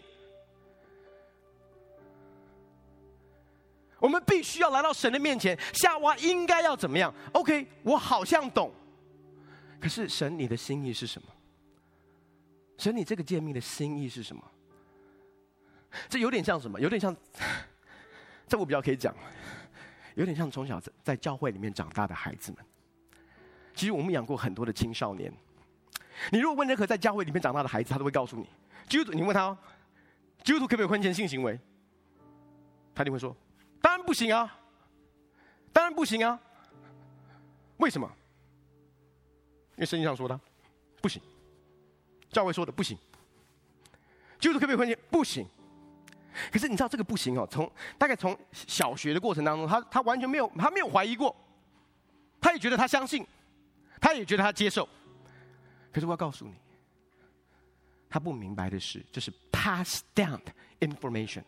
我们必须要来到神的面前，夏娃应该要怎么样 ？OK， 我好像懂，可是神，你的心意是什么？神，你这个诫命的心意是什么？这有点像什么？有点像，这我比较可以讲，有点像从小在教会里面长大的孩子们。其实我们养过很多的青少年。你如果问任何在教会里面长大的孩子，他都会告诉你，基督徒，你问他，基督徒可不可以婚前性行为？他一定会说。当然不行啊！当然不行啊！为什么？因为圣经上说的不行，教会说的不行。基督徒可不可以婚前？不行。可是你知道这个不行哦？大概从小学的过程当中，他完全没有怀疑过，他也觉得他相信，他也觉得他接受。可是我要告诉你，他不明白的是，这是 pass down information。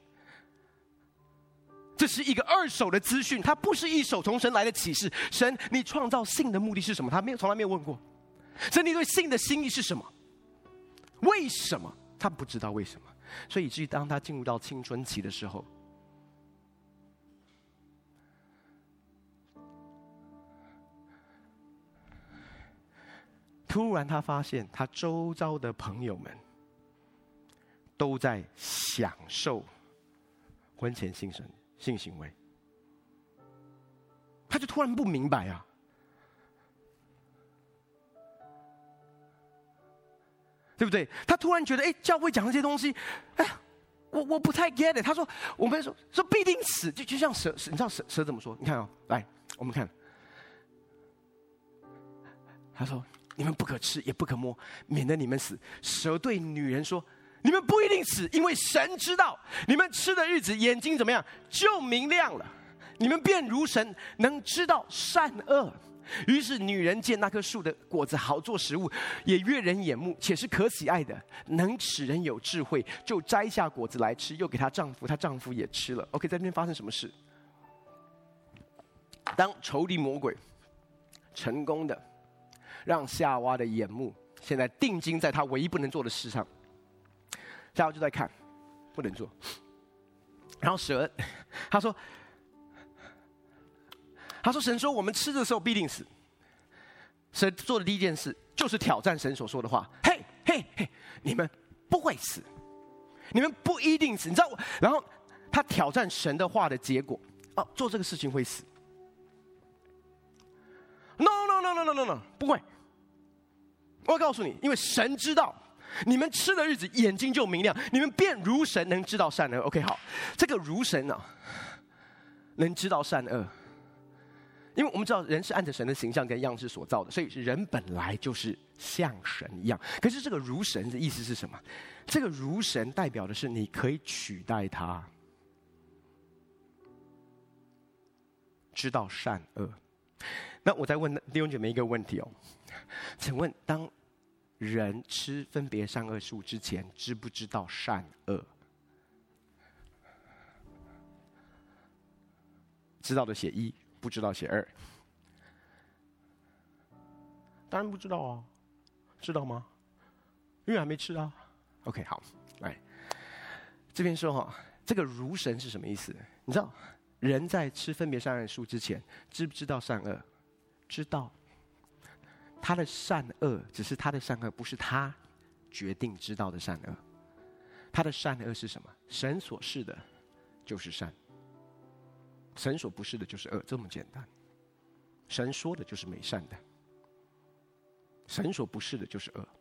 这是一个二手的资讯，它不是一手从神来的启示。神，你创造性的目的是什么？他从来没有问过。神，你对性的心意是什么？为什么？他不知道为什么。所以以至于当他进入到青春期的时候，突然他发现他周遭的朋友们都在享受婚前性行为，他就突然不明白啊，对不对？他突然觉得，教会讲这些东西，我不太 get it。他说，我们说必定死，就像蛇，你知道蛇怎么说？你看来我们看，他说：“你们不可吃，也不可摸，免得你们死。”蛇对女人说。你们不一定死，因为神知道你们吃的日子，眼睛怎么样就明亮了，你们便如神，能知道善恶。于是女人见那棵树的果子好做食物，也悦人眼目，且是可喜爱的，能使人有智慧，就摘下果子来吃，又给她丈夫，她丈夫也吃了。OK， 在那边发生什么事？当仇敌魔鬼成功的让夏娃的眼目现在定睛在他唯一不能做的事上。夏娃就在看，不能做。然后蛇，他说神说我们吃的时候必定死。蛇做的第一件事就是挑战神所说的话，嘿，你们不会死，你们不一定死，你知道？然后他挑战神的话的结果，做这个事情会死。No， 不会。我要告诉你，因为神知道。 你们吃的日子，眼睛就明亮，你们便如神，能知道善恶。OK， 好，这个如神啊，能知道善恶。因为我们知道人是按着神的形象跟样式所造的，所以人本来就是像神一样。可是这个如神的意思是什么？这个如神代表的是你可以取代他，知道善恶。那我再问弟兄姐妹一个问题哦，请问当人吃分别善恶树之前，知不知道善恶？知道的写1，不知道写2。当然不知道啊，知道吗？因为还没吃啊。OK， 好，来这边说哈，这个如神是什么意思？你知道人在吃分别善恶树之前，知不知道善恶？知道。他的善恶只是他的善恶，不是他决定知道的善恶。他的善恶是什么？神所示的就是善，神所不是的就是恶，这么简单。神说的就是美善的，神所不是的就是恶。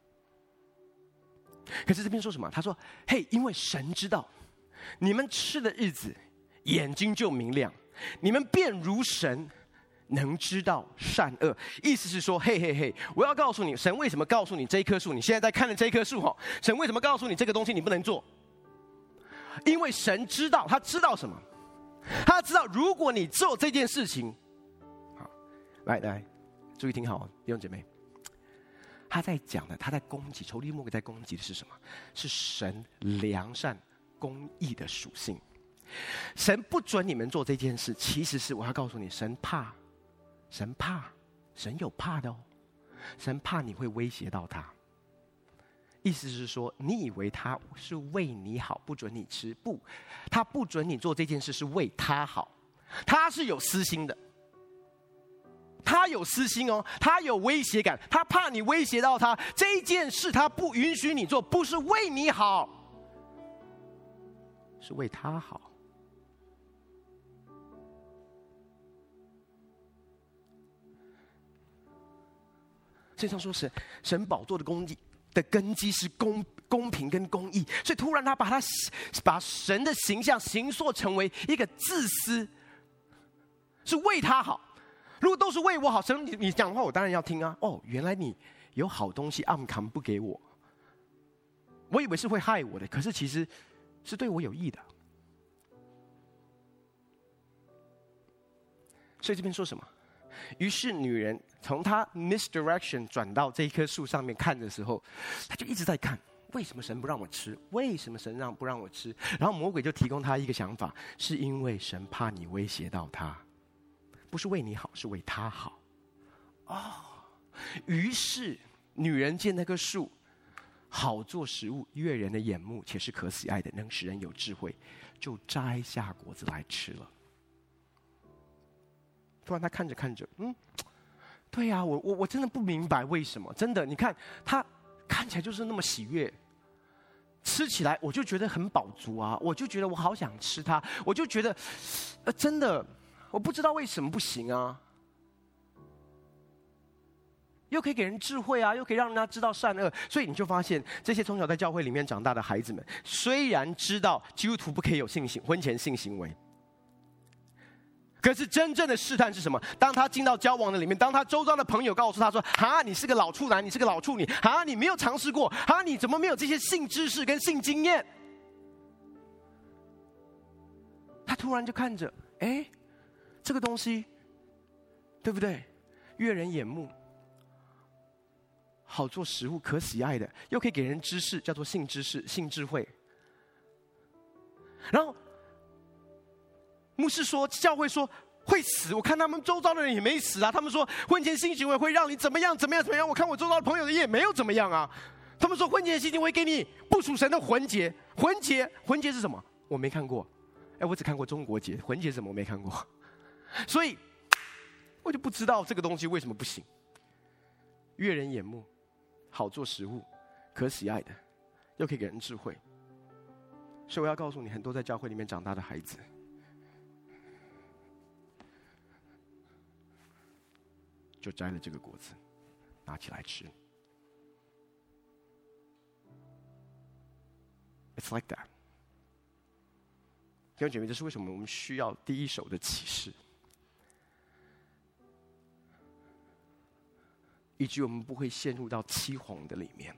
可是这边说什么？他说：“嘿，因为神知道，你们吃的日子，眼睛就明亮，你们便如神。”能知道善恶，意思是说，嘿，我要告诉你，神为什么告诉你这一棵树？你现在在看的这一棵树，神为什么告诉你这个东西你不能做？因为神知道，他知道什么？他知道，如果你做这件事情，好，来，注意听好，弟兄姐妹，他在讲的，他在攻击，仇敌魔鬼在攻击的是什么？是神良善公义的属性。神不准你们做这件事，其实是我要告诉你，神怕。神有怕的哦，神怕你会威胁到他。意思是说，你以为他是为你好，不准你吃，不，他不准你做这件事是为他好，他是有私心的，他有私心哦，他有威胁感，他怕你威胁到他，这一件事他不允许你做，不是为你好，是为他好。圣经上说神宝座的根基是公平跟公义，所以突然他把神的形象形塑成为一个自私，是为他好。如果都是为我好，神你讲的话我当然要听啊。哦，原来你有好东西暗扛不给我，我以为是会害我的，可是其实是对我有益的。所以这边说什么？于是女人从她 misdirection 转到这一棵树上面看的时候，她就一直在看，为什么神不让我吃？为什么神不让我吃？然后魔鬼就提供她一个想法，是因为神怕你威胁到他，不是为你好，是为他好。哦，于是女人见那棵树好做食物，悦人的眼目，且是可喜爱的，能使人有智慧，就摘下果子来吃了。突然他看着，对呀，我真的不明白为什么，真的，你看他看起来就是那么喜悦，吃起来我就觉得很饱足啊，我就觉得我好想吃它，我就觉得，真的，我不知道为什么不行啊。又可以给人智慧啊，又可以让人家知道善恶，所以你就发现这些从小在教会里面长大的孩子们，虽然知道基督徒不可以有婚前性行为。可是真正的试探是什么？当他进到交往的里面，当他周遭的朋友告诉他说：“哈，你是个老处男，你是个老处女，哈，你没有尝试过，哈，你怎么没有这些性知识跟性经验？”他突然就看着，这个东西，对不对？悦人眼目，好做食物，可喜爱的，又可以给人知识，叫做性知识、性智慧。然后牧师说，教会说会死，我看他们周遭的人也没死啊。他们说婚前性行为会让你怎么样，我看我周遭的朋友也没有怎么样啊。他们说婚前性行为给你不属神的魂结，魂结是什么？我没看过，我只看过中国结，魂结是什么我没看过，所以我就不知道这个东西为什么不行。悦人眼目，好做食物，可喜爱的，又可以给人智慧。所以我要告诉你，很多在教会里面长大的孩子，就摘了这个果子，拿起来吃。 It's like that。弟兄姐妹，这是为什么我们需要第一手的启示，以及我们不会陷入到欺哄的里面。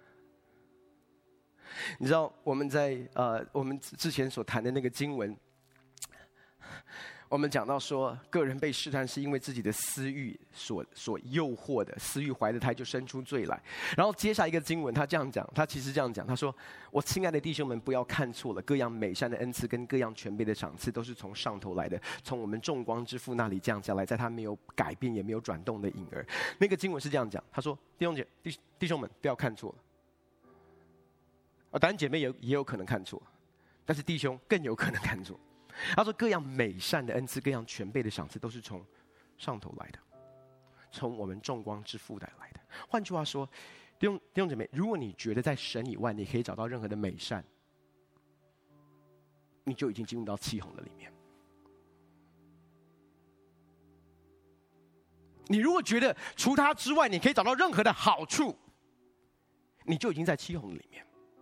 你知道我们在我们之前所谈的那个经文，我们讲到说，个人被试探是因为自己的私欲所诱惑的，私欲怀的胎就生出罪来。然后接下一个经文，他这样讲，他其实这样讲，他说：“我亲爱的弟兄们，不要看错了，各样美善的恩赐跟各样全备的赏赐，都是从上头来的，从我们众光之父那里降下来，在他没有改变也没有转动的影儿。”那个经文是这样讲，他说：“弟兄们，不要看错了。”当然姐妹也有可能看错，但是弟兄更有可能看错。他说：“各样美善的恩赐，各样全备的赏赐，都是从上头来的，从我们众光之父来的。”换句话说，弟兄姐妹，如果你觉得在神以外你可以找到任何的美善，你就已经进入到欺哄的里面。你如果觉得除他之外你可以找到任何的好处，你就已经在欺哄的里面。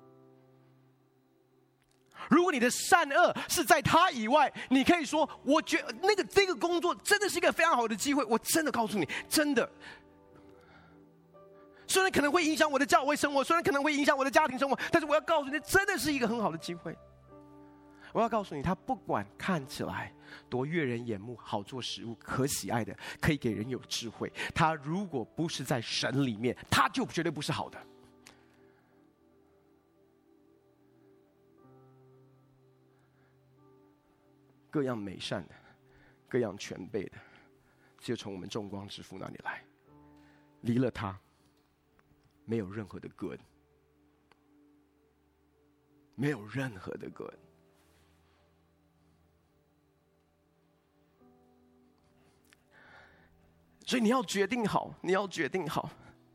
如果你的善恶是在他以外，你可以说，我觉得这个工作真的是一个非常好的机会，我真的告诉你，真的，虽然可能会影响我的教会生活，虽然可能会影响我的家庭生活，但是我要告诉你，真的是一个很好的机会。我要告诉你，他不管看起来多悦人眼目，好做食物，可喜爱的，可以给人有智慧，他如果不是在神里面，他就绝对不是好的。各样美善的，各样全备的，就从我们众光之父那里来。离了他，没有任何的 good， 没有任何的 good。所以你要决定好，你要决定好。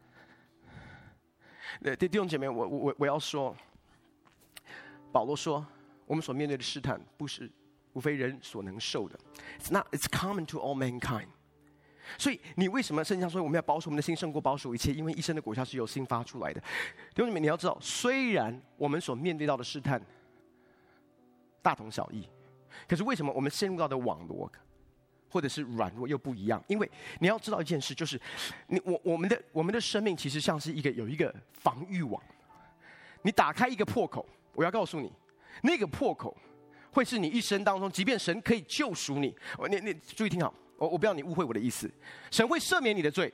弟兄姐妹，我要说，保罗说，我们所面对的试探，无非人所能受的。It's common to all mankind。所以你为什么圣经上说我们要保守我们的心胜过保守一切？因为一生的果效是由心发出来的。弟兄姊妹，你要知道，虽然我们所面对到的试探大同小异，可是为什么我们陷入到的网罗或者是软弱又不一样？因为你要知道一件事，就是我们的生命其实像是有一个防御网。你打开一个破口，我要告诉你，那个破口会是你一生当中，即便神可以救赎你，你注意听好，我不要你误会我的意思。神会赦免你的罪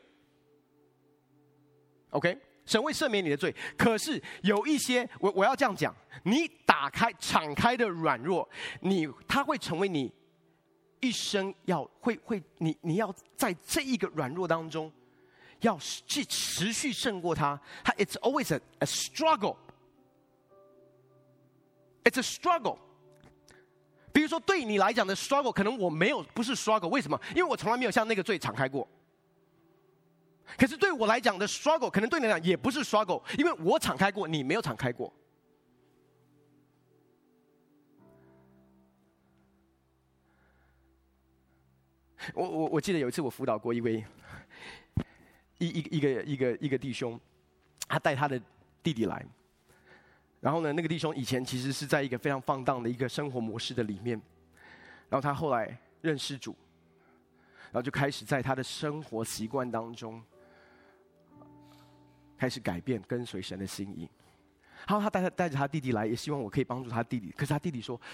，OK？ 神会赦免你的罪，可是有一些我要这样讲，你敞开的软弱，它会成为你一生你要在这一个软弱当中，要去持续胜过它。It's always a struggle. It's a struggle. 比如说，对你来讲的 struggle， 可能我不是 struggle， 为什么？因为我从来没有向那个罪敞开过。可是对我来讲的 struggle， 可能对你来讲也不是 struggle， 因为我敞开过，你没有敞开过。我记得有一次我辅导过一位一个弟兄，他带他的弟弟来。然后呢，那个弟兄以前其实是在一个非常放荡的一个生活模式的里面，然后他后来认识主，然后就开始在他的生活习惯当中开始改变，跟随神的心意。然后他带着他弟弟来，也希望我可以帮助他弟弟。可是他弟弟说，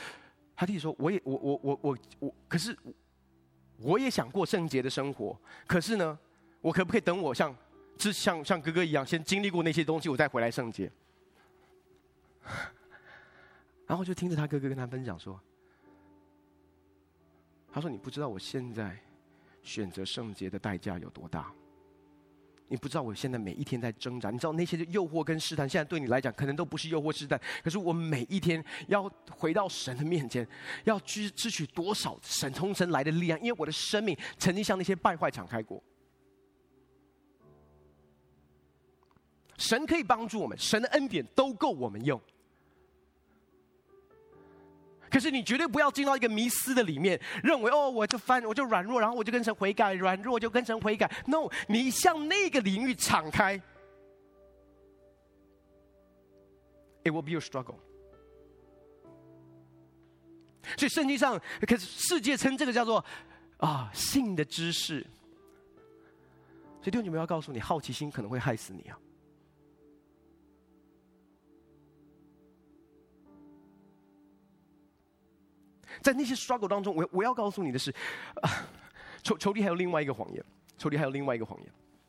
可是我也想过圣洁的生活，可是呢，我可不可以等我像哥哥一样，先经历过那些东西，我再回来圣洁？然后就听着他哥哥跟他分享说，他说：“你不知道我现在选择圣洁的代价有多大，你不知道我现在每一天在挣扎。你知道那些诱惑跟试探，现在对你来讲可能都不是诱惑试探，可是我每一天要回到神的面前，要支取多少从神来的力量，因为我的生命曾经向那些败坏敞开过。神可以帮助我们，神的恩典都够我们用。”可是你绝对不要进到一个迷思的里面，认为我就软弱，然后我就跟神悔改，软弱就跟神悔改。No， 你向那个领域敞开 ，it will be your struggle。 所以圣经上，可是世界称这个叫做性的知识。所以弟兄姐妹要告诉你，好奇心可能会害死你啊。在那些 struggle 当中，我要告诉你的是，仇敌还有另外一个谎言，仇敌还有另外一个谎言。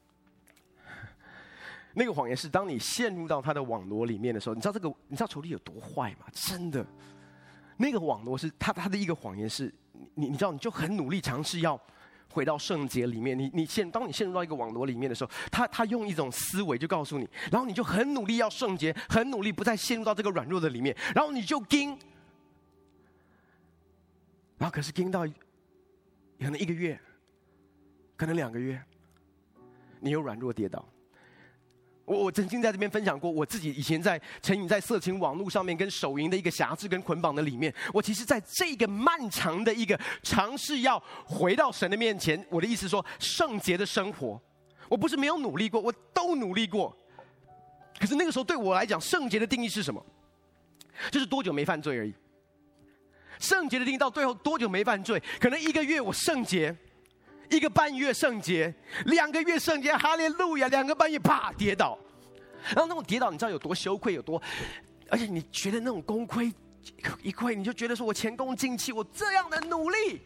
那个谎言是，当你陷入到他的网罗里面的时候，你知道仇敌有多坏吗？真的，那个网罗是他的一个谎言是，你知道，你就很努力尝试要回到圣洁里面。当你陷入到一个网罗里面的时候，他用一种思维就告诉你，然后你就很努力要圣洁，很努力不再陷入到这个软弱的里面，然后你就跟。然后可是跟到可能1个月，可能2个月，你又软弱跌倒。我曾经在这边分享过，我自己以前沉浸在色情网络上面跟手淫的一个辖制跟捆绑的里面。我其实在这个漫长的一个尝试要回到神的面前，我的意思说圣洁的生活，我不是没有努力过，我都努力过。可是那个时候对我来讲，圣洁的定义是什么？就是多久没犯罪而已。圣洁的定义到最后多久没犯罪？可能1个月我圣洁，1个半月圣洁，2个月圣洁，哈利路亚，2个半月啪跌倒，然后那种跌倒你知道有多羞愧，有多，而且你觉得那种功亏一篑，你就觉得说我前功尽弃，我这样的努力。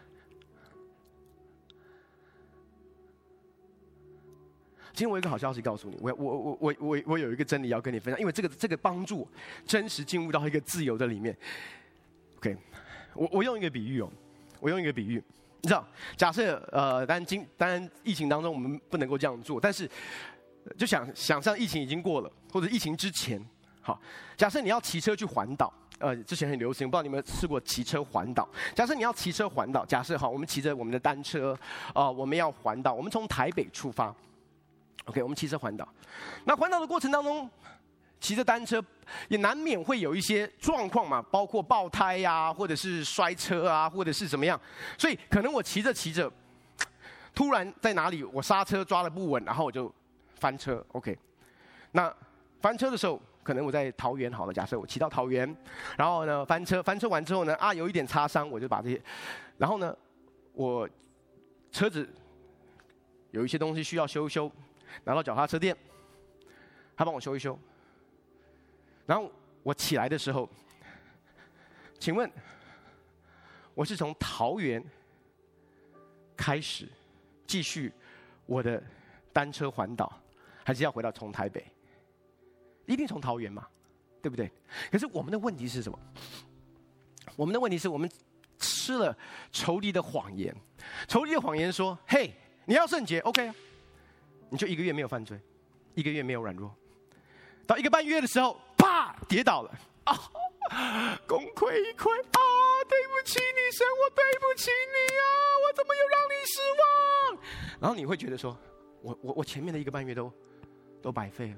今天我有一个好消息告诉你，我有一个真理要跟你分享，因为这个帮助真实进入到一个自由的里面。OK， 我用一个比喻哦，你知道，假设当然疫情当中我们不能够这样做，但是就想象疫情已经过了，或者疫情之前，好，假设你要骑车去环岛，之前很流行，不知道你有没有试过骑车环岛？假设你要骑车环岛，假设我们骑着我们的单车，我们要环岛，我们从台北出发 ，OK， 我们骑车环岛，那环岛的过程当中。骑着单车也难免会有一些状况嘛，包括爆胎呀，或者是摔车啊，或者是怎么样。所以可能我骑着，突然在哪里我刹车抓了不稳，然后我就翻车。OK， 那翻车的时候，可能我在桃园好了，假设我骑到桃园，然后呢翻车完之后呢，有一点擦伤，我就把这些，然后呢我车子有一些东西需要修一修，拿到脚踏车店，他帮我修一修。然后我起来的时候，请问我是从桃园开始继续我的单车环岛，还是要回到从台北？一定从桃园嘛，对不对？可是我们的问题是什么？我们的问题是我们吃了仇敌的谎言。仇敌的谎言说：“嘿，你要圣洁 ，OK 啊，你就1个月没有犯罪，1个月没有软弱，到1个半月的时候。”啪！跌倒了功亏一篑对不起你神，我对不起你啊，我怎么又让你失望？然后你会觉得说，我前面的1个半月都白费了，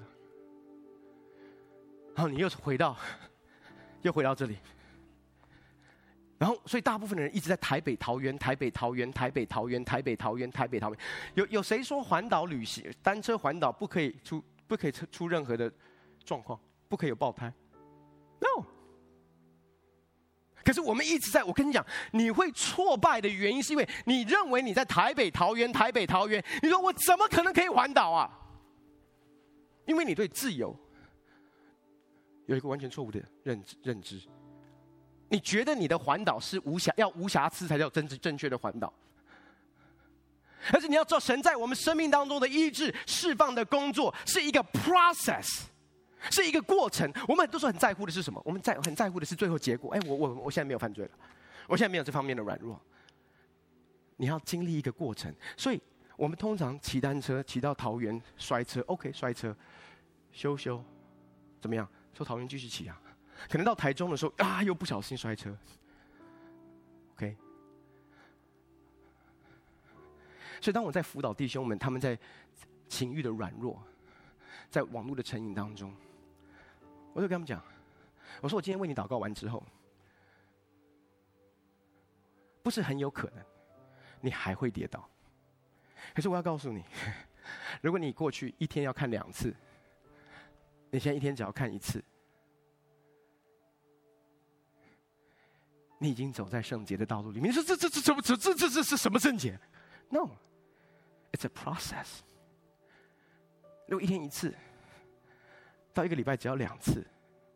然后你又回到这里，然后所以大部分的人一直在台北桃园，有谁说环岛旅行单车环岛不可以出任何的状况？不可以有爆胎 ，No。可是我们一直我跟你讲，你会挫败的原因是因为你认为你在台北桃园，你说我怎么可能可以环岛啊？因为你对自由有一个完全错误的认知，你觉得你的环岛是无瑕疵才叫正确的环岛。而且你要知道，神在我们生命当中的医治、释放的工作是一个 process。是一个过程，我们很多时候很在乎的是什么？我们很在乎的是最后结果。我现在没有犯罪了，我现在没有这方面的软弱。你要经历一个过程，所以我们通常骑单车骑到桃园摔车 ，OK， 摔车修，怎么样？说桃园继续骑啊，可能到台中的时候又不小心摔车 ，OK。所以当我在辅导弟兄们，他们在情欲的软弱，在网络的成瘾当中。我就跟他们讲，我说我今天为你祷告完之后，不是很有可能，你还会跌倒。可是我要告诉你，如果你过去1天要看2次，你现在1天只要看1次， 你已经走在圣洁的道路里面。你说这是什么圣洁 ？No, it's a process。如果一天一次，到一个礼拜只要2次，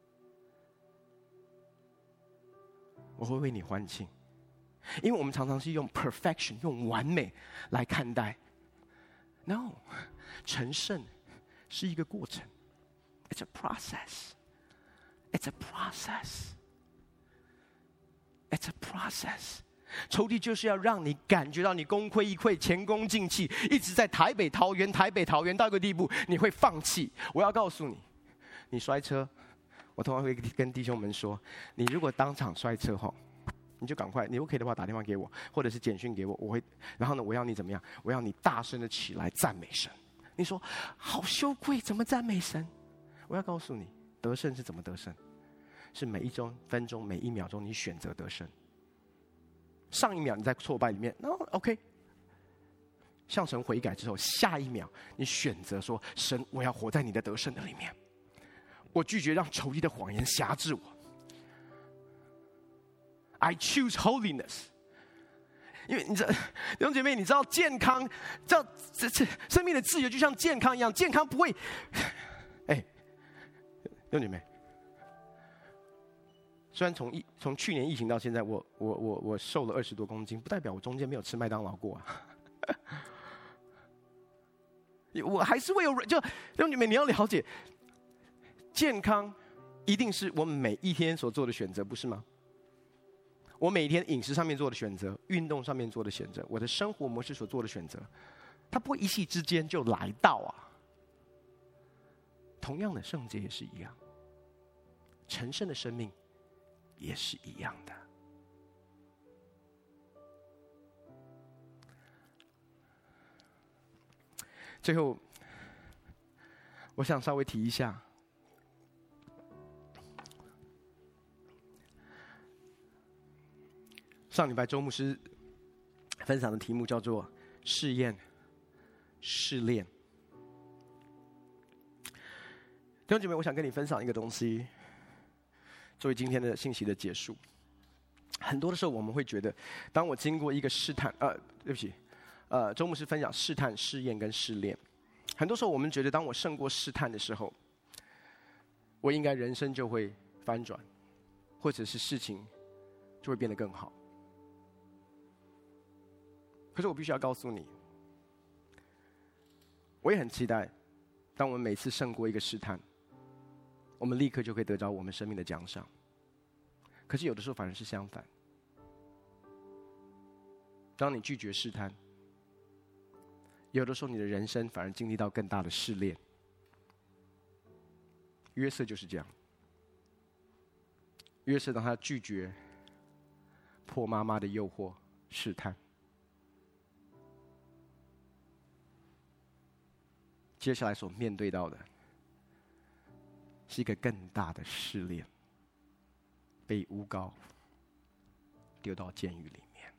我会为你欢庆，因为我们常常是用 perfection 用完美来看待。No， 成圣是一个过程。It's a process. It's a process. It's a process. 仇敌就是要让你感觉到你功亏一篑、前功尽弃，一直在台北桃园到一个地步，你会放弃。我要告诉你，你摔车，我通常会跟弟兄们说，你如果当场摔车后，你就赶快，你 OK 的话打电话给我，或者是简讯给我，我会，然后呢，我要你怎么样？我要你大声的起来赞美神。你说好羞愧，怎么赞美神？我要告诉你，得胜是怎么得胜？是每一分钟、每一秒钟，你选择得胜。上一秒你在挫败里面，那 OK， 向神悔改之后，下一秒你选择说：神，我要活在你的得胜的里面。我拒绝让仇敌的谎言辖制我。I choose holiness。因为你知道，弟兄姐妹，你知道健康，知道这生命的自由就像健康一样，健康不会，弟兄姐妹，虽然从去年疫情到现在，我瘦了20多公斤，不代表我中间没有吃麦当劳过啊。我还是会有就弟兄姐妹，你要了解，健康一定是我们每一天所做的选择，不是吗？我每天饮食上面做的选择，运动上面做的选择，我的生活模式所做的选择，它不会一夕之间就来到啊。同样的，圣洁也是一样，成圣的生命也是一样的。最后，我想稍微提一下，上礼拜周牧师分享的题目叫做“试验、试炼”。弟兄姐妹，我想跟你分享一个东西，作为今天的信息的结束。很多的时候，我们会觉得，当我经过一个试探，对不起，周牧师分享试探、试验跟试炼。很多时候，我们觉得，当我胜过试探的时候，我应该人生就会翻转，或者是事情就会变得更好。可是我必须要告诉你，我也很期待，当我们每次胜过一个试探，我们立刻就可以得着我们生命的奖赏。可是有的时候反而是相反，当你拒绝试探，有的时候你的人生反而经历到更大的试炼。约瑟就是这样，约瑟当他拒绝破妈妈的诱惑试探，接下来所面对到的是一个更大的试炼，被诬告，丢到监狱里面。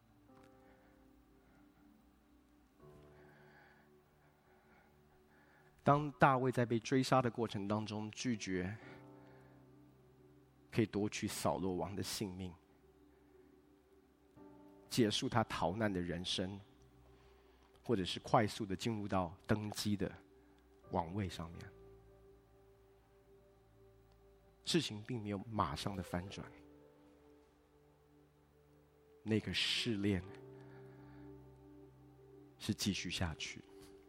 当大卫在被追杀的过程当中拒绝可以夺取扫罗王的性命，结束他逃难的人生，或者是快速的进入到登基的王位上面，事情并没有马上的翻转，那个试炼是继续下去。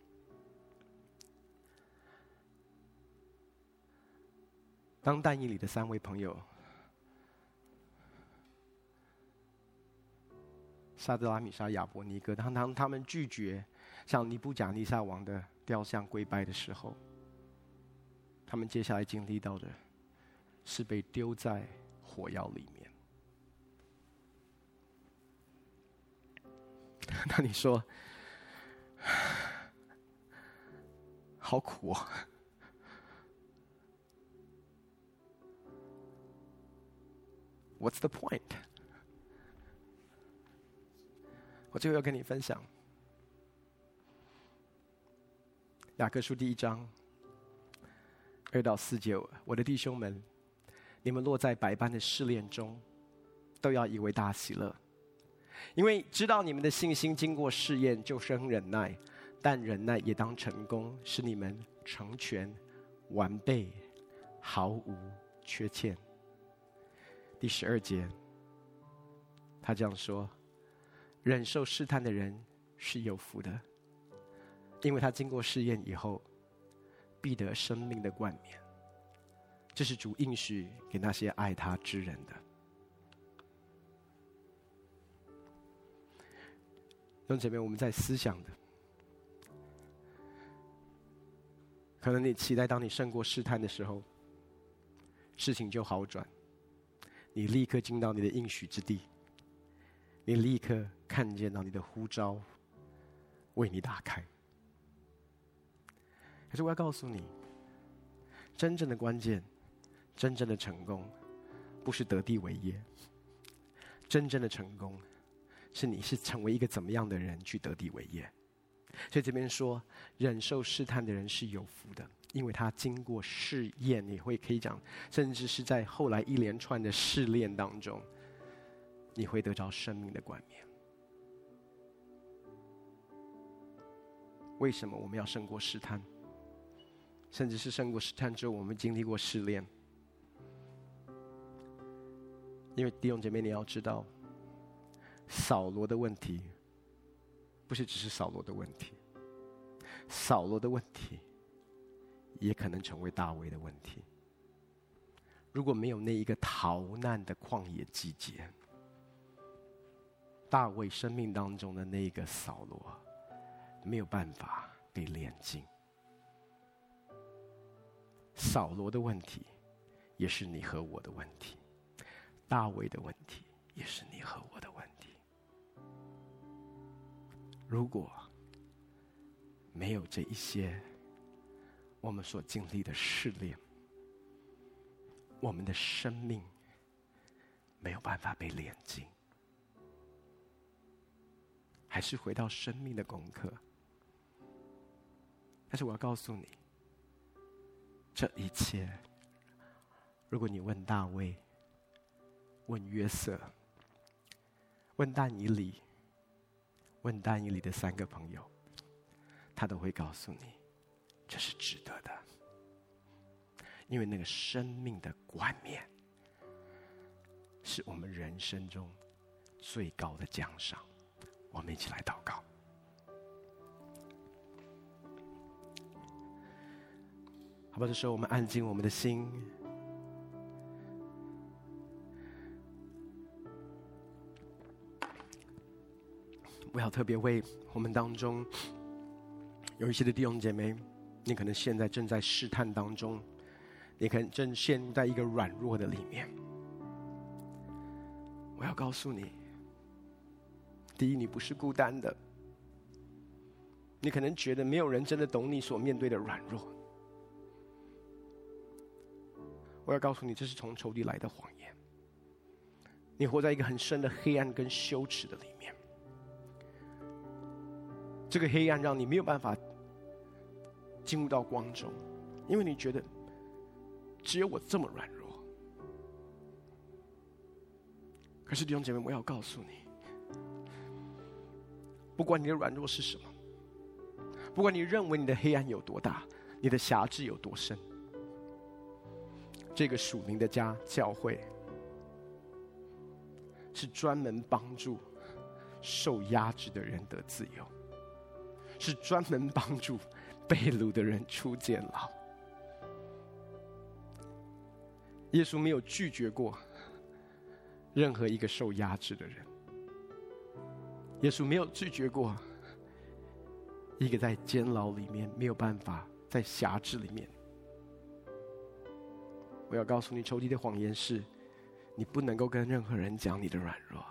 当但以理的3位朋友沙得拉米沙亚伯尼哥，当他们拒绝向尼布甲尼撒王的雕像跪拜的时候，他们接下来经历到的是被丢在火窑里面。那你说，好苦哦。What's the point？ 我最后要跟你分享雅各书第1章2到4节，我的弟兄们，你们落在百般的试炼中， 都要以为大喜乐，因为知道你们的信心经过试验，就生忍耐，但忍耐也当成功，使你们成全、完备，毫无缺欠。第12节，他这样说：忍受试探的人是有福的，因为他经过试验以后，必得生命的冠冕。这是主应许给那些爱他之人的。弟兄姐妹，我们在思想的，可能你期待当你胜过试探的时候，事情就好转，你立刻进到你的应许之地，你立刻看见到你的呼召为你打开。可是我要告诉你，真正的关键，真正的成功，不是得地为业，真正的成功是你是成为一个怎么样的人去得地为业。所以这边说，忍受试探的人是有福的，因为他经过试验，你会可以讲，甚至是在后来一连串的试炼当中，你会得着生命的冠冕。为什么我们要胜过试探？甚至是胜过试探之后，我们经历过试炼。因为弟兄姐妹，你要知道，扫罗的问题不是只是扫罗的问题，扫罗的问题也可能成为大卫的问题。如果没有那一个逃难的旷野季节，大卫生命当中的那一个扫罗没有办法被炼净。扫罗的问题也是你和我的问题，大卫的问题也是你和我的问题。如果没有这一些我们所经历的试炼，我们的生命没有办法被炼净。还是回到生命的功课。但是我要告诉你，这一切，如果你问大卫，问约瑟，问但以理，问但以理的3个朋友，他都会告诉你，这是值得的。因为那个生命的冠冕，是我们人生中最高的奖赏。我们一起来祷告。好吧，这时候我们安静我们的心，我要特别为我们当中有一些的弟兄姐妹，你可能现在正在试探当中，你可能正陷入在一个软弱的里面。我要告诉你，第一，你不是孤单的。你可能觉得没有人真的懂你所面对的软弱。我要告诉你，这是从仇敌来的谎言。你活在一个很深的黑暗跟羞耻的里面。这个黑暗让你没有办法进入到光中，因为你觉得只有我这么软弱。可是弟兄姐妹，我要告诉你，不管你的软弱是什么，不管你认为你的黑暗有多大，你的辖制有多深，这个属灵的家教会是专门帮助受压制的人得自由，是专门帮助被掳的人出监牢。耶稣没有拒绝过任何一个受压制的人，耶稣没有拒绝过一个在监牢里面没有办法，在辖制里面。我要告诉你，仇敌的谎言是你不能够跟任何人讲你的软弱。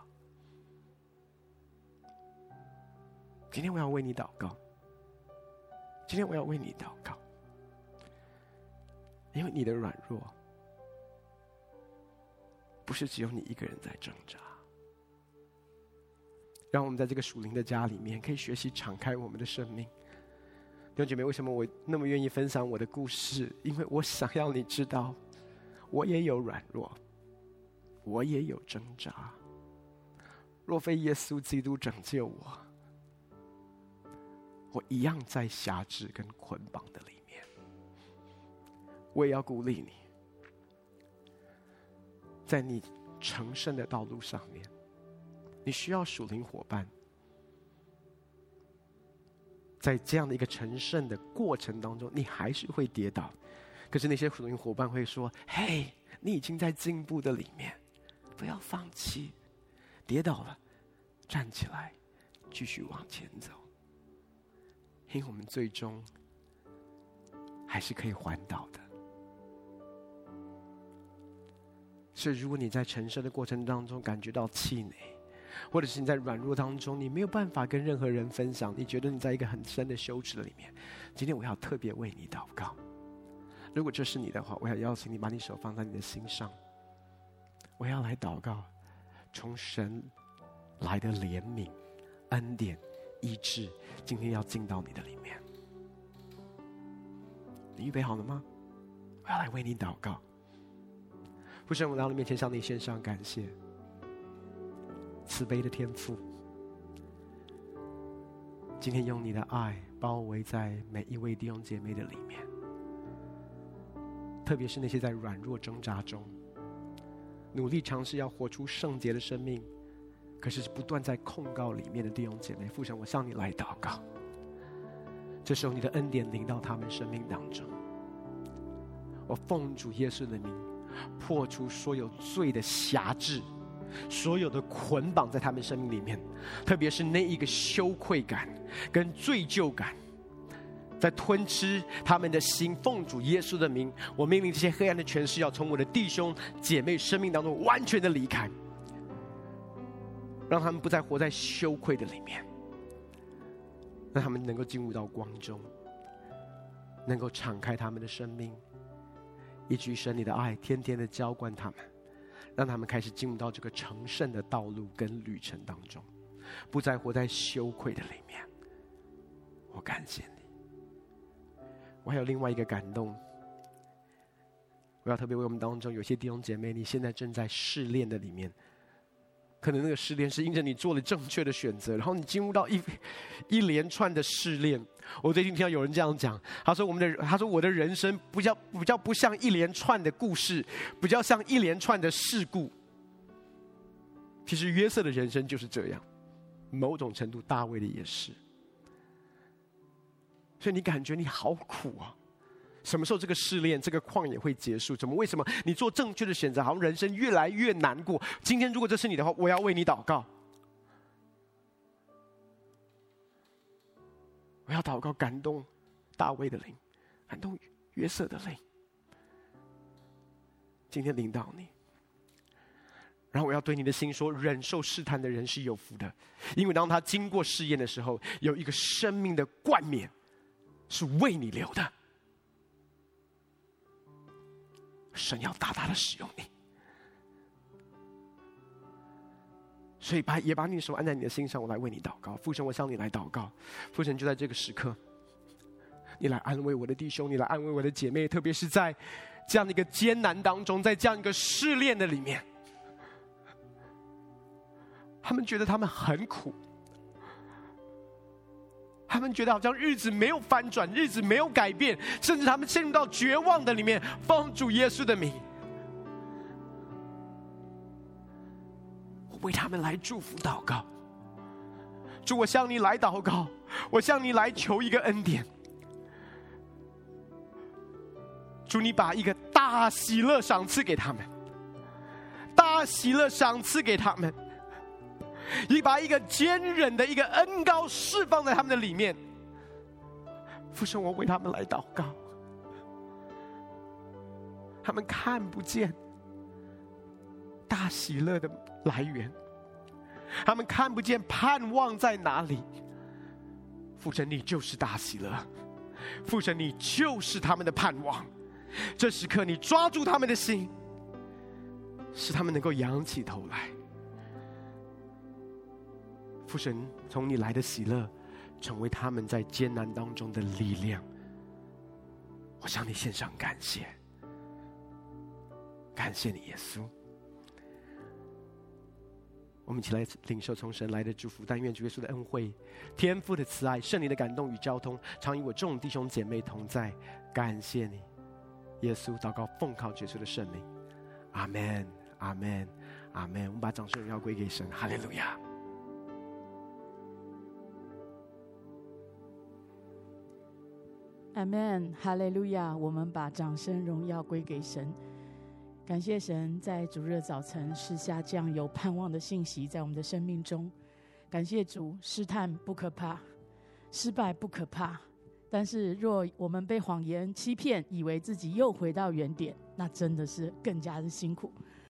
今天我要为你祷告，今天我要为你祷告，因为你的软弱不是只有你一个人在挣扎。让我们在这个属灵的家里面可以学习敞开我们的生命。弟兄姐妹，为什么我那么愿意分享我的故事？因为我想要你知道，我也有软弱， 我也有挣扎。若非耶稣基督拯救我，我一样在辖制跟捆绑的里面。我也要鼓励你，在你成圣的道路上面，你需要属灵伙伴。在这样的一个成圣的过程当中，你还是会跌倒，可是那些属灵伙伴会说：嘿，你已经在进步的里面，不要放弃，跌倒了站起来继续往前走，因为我们最终还是可以环岛的。所以如果你在成圣的过程当中感觉到气馁，或者是你在软弱当中，你没有办法跟任何人分享，你觉得你在一个很深的羞耻的里面，今天我要特别为你祷告。如果这是你的话，我要邀请你把你手放在你的心上，我要来祷告，从神来的怜悯、恩典、医治，今天要进到你的里面。你预备好了吗？我要来为你祷告。父神，我来到你面前向你献上感谢。慈悲的天父，今天用你的爱包围在每一位弟兄姐妹的里面，特别是那些在软弱挣扎中努力尝试要活出圣洁的生命，可是不断在控告里面的弟兄姐妹，父神，我向你来祷告，这时候你的恩典临到他们生命当中，我奉主耶稣的名破除所有罪的辖制，所有的捆绑在他们生命里面，特别是那一个羞愧感跟罪疚感在吞吃他们的心。奉主耶稣的名，我命令这些黑暗的权势要从我的弟兄姐妹生命当中完全的离开，让他们不再活在羞愧的里面，让他们能够进入到光中，能够敞开他们的生命，以至于神你的爱天天的浇灌他们，让他们开始进入到这个成圣的道路跟旅程当中，不再活在羞愧的里面。我感谢你。我还有另外一个感动，我要特别为我们当中有些弟兄姐妹，你现在正在试炼的里面，可能那个试炼是因着你做了正确的选择，然后你进入到一连串的试炼。我最近听到有人这样讲，他说我的人生比较不像一连串的故事，比较像一连串的事故。其实约瑟的人生就是这样，某种程度大卫的也是。所以你感觉你好苦啊，什么时候这个试炼这个旷野会结束？为什么你做正确的选择好像人生越来越难过？今天如果这是你的话，我要为你祷告，我要祷告感动大卫的灵，感动约瑟的灵，今天领导你。然后我要对你的心说，忍受试探的人是有福的，因为当他经过试验的时候，有一个生命的冠冕是为你留的。神要大大的使用你，所以也把你的手按在你的心上，我来为你祷告。父神，我向你来祷告，父神就在这个时刻，你来安慰我的弟兄，你来安慰我的姐妹，特别是在这样的一个艰难当中，在这样一个试炼的里面，他们觉得他们很苦，他们觉得好像日子没有翻转，日子没有改变，甚至他们陷入到绝望的里面。奉主耶稣的名，我为他们来祝福祷告。主，我向你来祷告，我向你来求一个恩典。主，你把一个大喜乐赏赐给他们，大喜乐赏赐给他们，你把一个坚忍的一个恩膏释放在他们的里面。父神，我为他们来祷告，他们看不见大喜乐的来源，他们看不见盼望在哪里。父神，你就是大喜乐，父神，你就是他们的盼望。这时刻你抓住他们的心，使他们能够仰起头来。父神，从你来的喜乐成为他们在艰难当中的力量。我向你献上感谢，感谢你耶稣。 我们一起来领受从神来的祝福，但愿主耶稣的恩惠、天父的慈爱、圣灵的感动与交通，常与我众弟兄姐妹同在。感谢你，耶稣，祷告奉靠耶稣的圣名，阿们，阿们，阿们。我们把掌声荣耀归给神，哈利路亚。 阿们，哈利路亚。我们把掌声荣耀归给神。感谢神在主日早晨施下这样有盼望的信息在我们的生命中。感谢主，试探不可怕，失败不可怕，但是若我们被谎言欺骗，以为自己又回到原点，那真的是更加的辛苦。